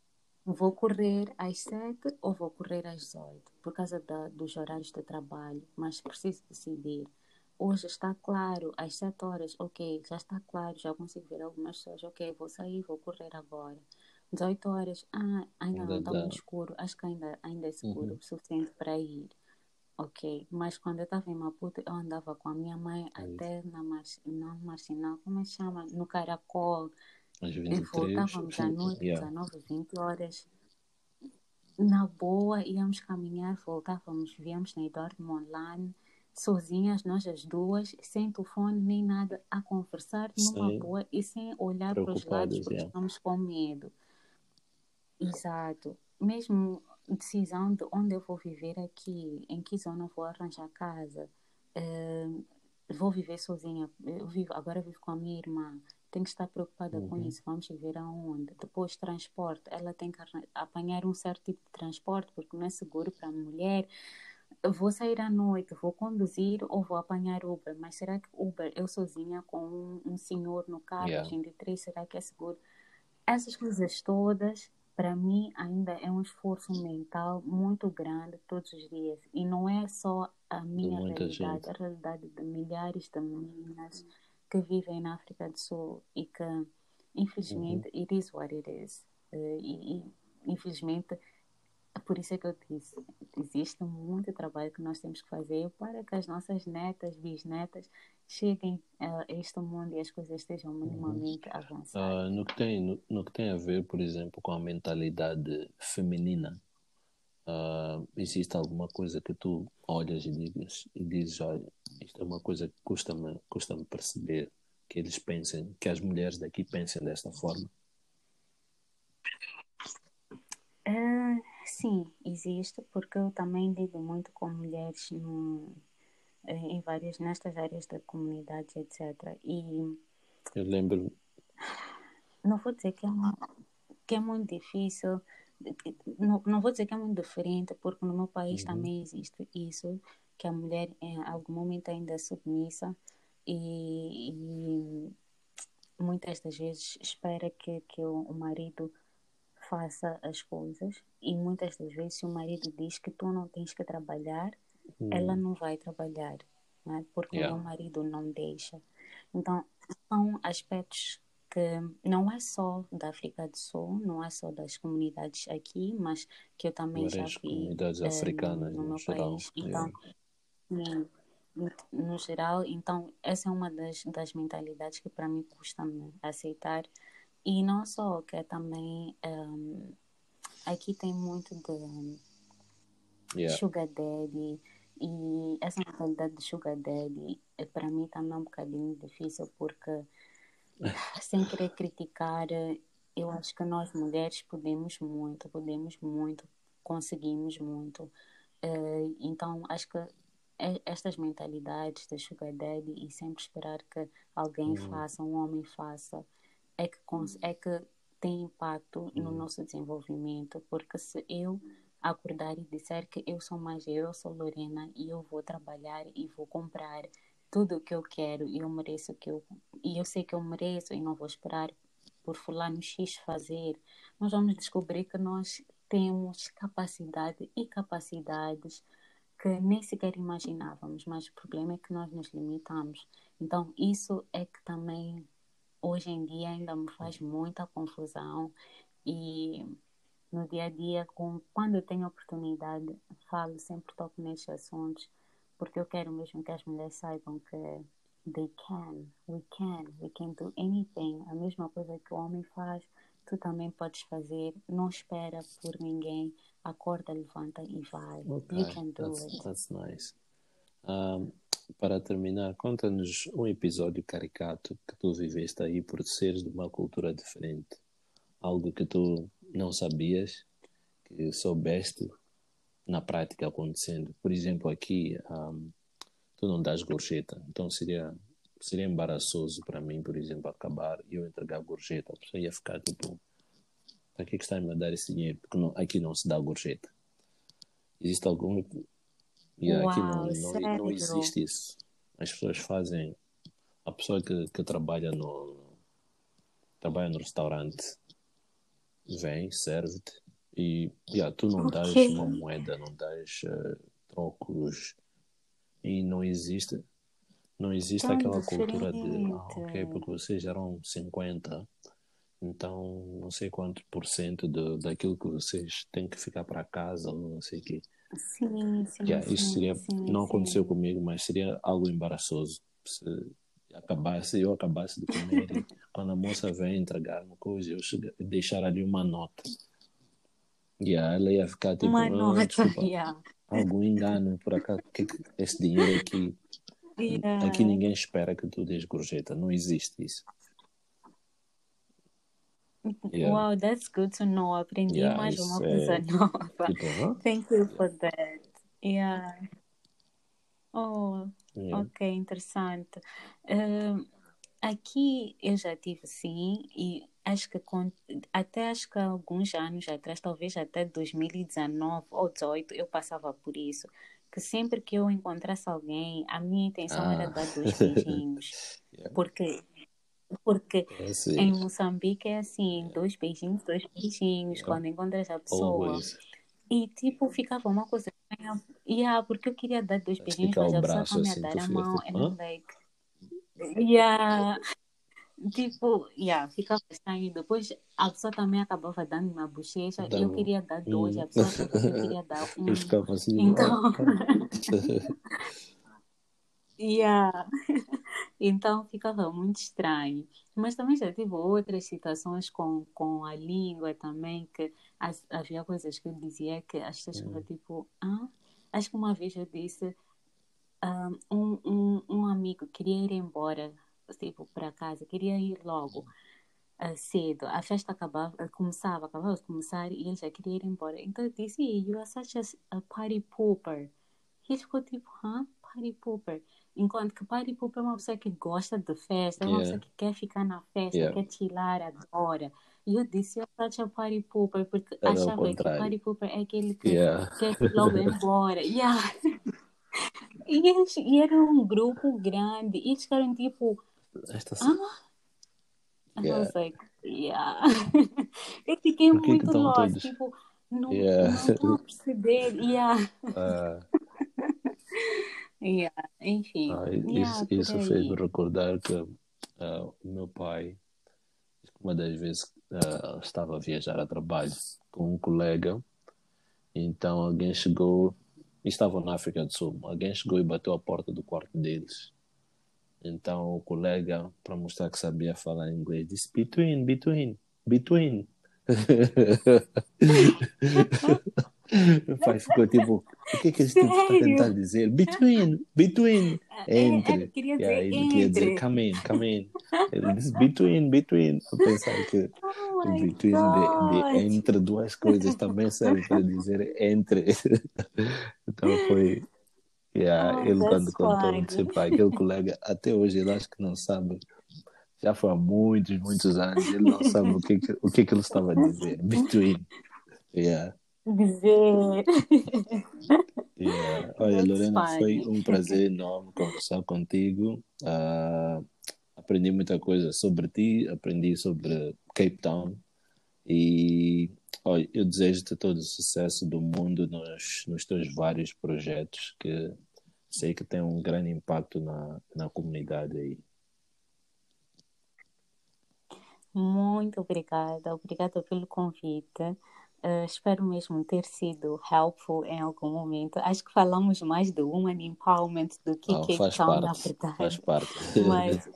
vou correr às 7 ou vou correr às 18 por causa dos horários de trabalho, mas preciso decidir. Hoje está claro, às 7 horas, ok, já está claro, já consigo ver algumas pessoas, ok, vou sair, vou correr agora. 18 horas, ainda não Ainda está dá. muito escuro, acho que ainda é seguro Uhum. o suficiente para ir. Ok, mas quando eu estava em Maputo, eu andava com a minha mãe É isso. até na Marginal, como é que chama? No Caracol, Às e 23, voltávamos à noite, yeah. 19, 20 horas. Na boa, íamos caminhar, voltávamos, víamos na Eduardo Mondlane, sozinhas, nós as duas, sem telefone nem nada, a conversar numa Sem boa e sem olhar para os lados preocupadas, porque yeah. estamos com medo. Exato. Mesmo decisão de onde eu vou viver aqui, em que zona vou arranjar casa, eh, vou viver sozinha. Agora vivo com a minha irmã. Tenho que estar preocupada com Uhum. isso. Vamos viver aonde? Depois, transporte. Ela tem que apanhar um certo tipo de transporte, porque não é seguro para a mulher. Eu vou sair à noite, vou conduzir ou vou apanhar Uber. Mas será que Uber, eu sozinha com um senhor no carro, às Yeah. 23, será que é seguro? Essas coisas todas, para mim, ainda é um esforço mental muito grande todos os dias. E não é só a De minha muita realidade, gente. a realidade de milhares de meninas que vivem na África do Sul e que, Uhum. infelizmente, it is what it is. Infelizmente, por isso é que eu disse, existe muito trabalho que nós temos que fazer para que as nossas netas, bisnetas, cheguem a este mundo e as coisas estejam Uhum. minimamente avançadas. No que tem a ver, por exemplo, com a mentalidade feminina, existe alguma coisa que tu olhas e dizes, olha, isto é uma coisa que custa-me perceber que eles pensem, que as mulheres daqui pensem desta forma. Sim, existe, porque eu também lido muito com mulheres em várias, nestas áreas da comunidade, etc. E Eu lembro, não vou dizer que é muito difícil, não vou dizer que é muito diferente, porque no meu país uhum, também existe isso, que a mulher em algum momento ainda é submissa e muitas das vezes espera que o marido faça as coisas e muitas das vezes se o marido diz que tu não tens que trabalhar, ela hum, não vai trabalhar, não é? Porque o yeah, meu marido não deixa. Então, são aspectos que não é só da África do Sul, não é só das comunidades aqui, mas que eu também já várias vi comunidades africanas no no meu geral, país. yeah. Então, no geral, então, essa é uma das mentalidades que para mim custa-me aceitar. E não só, que é também aqui tem muito de Yeah. sugar daddy e essa mentalidade de sugar daddy para mim também é um bocadinho difícil porque sem querer criticar eu acho que nós mulheres podemos muito, conseguimos muito. Então acho que estas mentalidades de sugar daddy e sempre esperar que alguém Hum, faça, um homem faça, é que tem impacto no hum, nosso desenvolvimento, porque se eu acordar e disser que eu sou Lorena e eu vou trabalhar e vou comprar tudo o que eu quero e eu mereço e eu sei que eu mereço e não vou esperar por fulano X fazer, nós vamos descobrir que nós temos capacidade e capacidades que nem sequer imaginávamos, mas o problema é que nós nos limitamos. Então, isso é que também hoje em dia ainda me faz muita confusão e no dia a dia, quando eu tenho oportunidade, falo, sempre toco nestes assuntos, porque eu quero mesmo que as mulheres saibam que we can do anything. A mesma coisa que o homem faz, tu também podes fazer. Não espera por ninguém, acorda, levanta e vai. ok, You can do it. that's nice. Um, para terminar, conta-nos um episódio caricato que tu viveste aí por seres de uma cultura diferente. Algo que tu não sabias, que soubeste na prática acontecendo. Por exemplo, aqui, tu não dás gorjeta. Então seria embaraçoso para mim, por exemplo, acabar e eu entregar gorjeta. A pessoa ia ficar tipo, para que está-me a dar esse dinheiro? Porque aqui não se dá gorjeta. Existe algum. E aqui Uau, não sério? existe isso. As pessoas fazem. A pessoa que trabalha no restaurante vem, serve-te. E tu não Ok. dás uma moeda, não dás trocos e não existe Tão aquela cultura de, diferente. ok, porque vocês eram 50, então não sei quanto por cento daquilo que vocês têm que ficar para casa, ou não sei o quê. Sim, sim, Isso sim, seria, sim, não aconteceu sim. comigo, mas seria algo embaraçoso se eu acabasse de comer e quando a moça vem entregar uma coisa, deixar ali uma nota. Ela ia ficar Uma tipo, nota, desculpa, yeah. algum engano por acaso, esse dinheiro aqui Yeah. ninguém espera que tu dês gorjeta, não existe isso. Yeah, Wow, that's good to know. Aprendi mais uma isso coisa é nova. tipo, hã? Thank you for that. Yeah. Oh, Yeah. ok, interessante. Hum, aqui eu já tive sim, e acho que até acho que há alguns anos atrás, talvez até 2019 ou 18, eu passava por isso. Que sempre que eu encontrasse alguém, a minha intenção era Ah, dar dois beijinhos. yeah. Porque, porque É assim, em Moçambique é assim, yeah, dois beijinhos, yeah, quando encontras a pessoa. always. E tipo, ficava uma coisa estranha. Yeah, porque eu queria dar dois beijinhos, Esticar o mas a pessoa braço está-me a assim, dar tu a ficas mão. tipo, And hã? I'm like, yeah. Tipo, yeah, ficava estranho. Depois a pessoa também acabava dando uma bochecha e Dá eu bom. queria dar dois, a pessoa achava que eu queria dar Eu um. ficava assim, tipo, Então, ah. yeah. Então ficava muito estranho. Mas também já tive outras situações com a língua também, que havia coisas que eu dizia que as pessoas ficavam tipo, ah? Acho que uma vez eu disse, um amigo queria ir embora, tipo, para casa, queria ir logo, cedo. A festa acabava de começar e ele já queria ir embora. Então eu disse, you are such a party pooper. E ele ficou tipo, party pooper. Enquanto que party pooper é uma pessoa que gosta de festa, é uma Yeah, pessoa que quer ficar na festa, yeah. quer chilar, adora. E eu disse, you are such a party pooper, porque Era o achava que contrário. party pooper é aquele que Yeah. quer logo ir embora. Yeah. E era um grupo grande. E eles ficaram tipo, Esta, ah? I yeah. was like, yeah. Eu fiquei Por que muito estão lost, todos? tipo, não Yeah. não estou a perceber. Yeah. Ah, Yeah. Enfim, isso, yeah, por isso fez-me aí. recordar que o meu pai, uma das vezes, estava a viajar a trabalho com um colega, então alguém chegou, e estavam na África do Sul, alguém chegou e bateu a porta do quarto deles. Então o colega, para mostrar que sabia falar inglês, disse between. O pai ficou tipo, o que é que esse tipo está a tentar Sério? dizer? Between, entre. Queria E dizer aí ele queria dizer entre. come in. Ele disse between. Eu pensar que Oh o my between de God. entre duas coisas também serve para dizer entre. Então foi, Oh, ele quando that's contou, disse, funny. pá, aquele colega, até hoje ele acho que não sabe, já foi há muitos anos, ele não sabe o que ele estava a dizer. Between. Yeah. Dizer. Olha, That's Lorena, foi funny. um prazer enorme conversar contigo. Aprendi muita coisa sobre ti, aprendi sobre Cape Town e olha, eu desejo-te todo o sucesso do mundo nos teus vários projetos que sei que tem um grande impacto na comunidade aí. Muito obrigada. Obrigada pelo convite. Espero mesmo ter sido helpful em algum momento. Acho que falamos mais de Woman Empowerment do que Não, Cape faz Town, na parte, faz verdade. parte. Mas,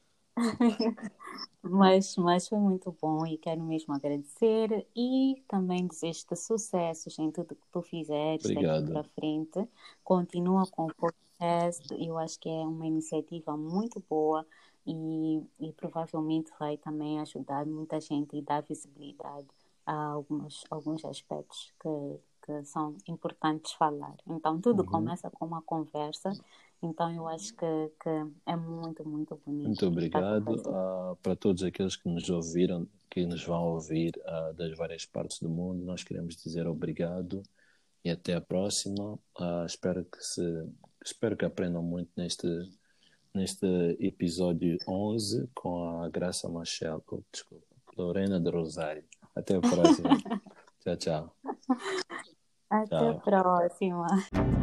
mas foi muito bom e quero mesmo agradecer e também desejo-te sucessos em tudo que tu fizeres daqui para Obrigado. frente. Continua com o podcast. Eu acho que é uma iniciativa muito boa e provavelmente vai também ajudar muita gente e dar visibilidade a alguns aspectos que são importantes falar. Então, tudo Uhum. começa com uma conversa. Então, eu acho que é muito, muito bonito Muito o que estás a obrigado fazer. para todos aqueles que nos ouviram, que nos vão ouvir das várias partes do mundo. Nós queremos dizer obrigado e até a próxima. Espero que aprendam muito neste episódio 11 com a Graça Machel, desculpa, Lorena de Rosário. Até a próxima. Tchau, tchau. Até a Tchau. próxima.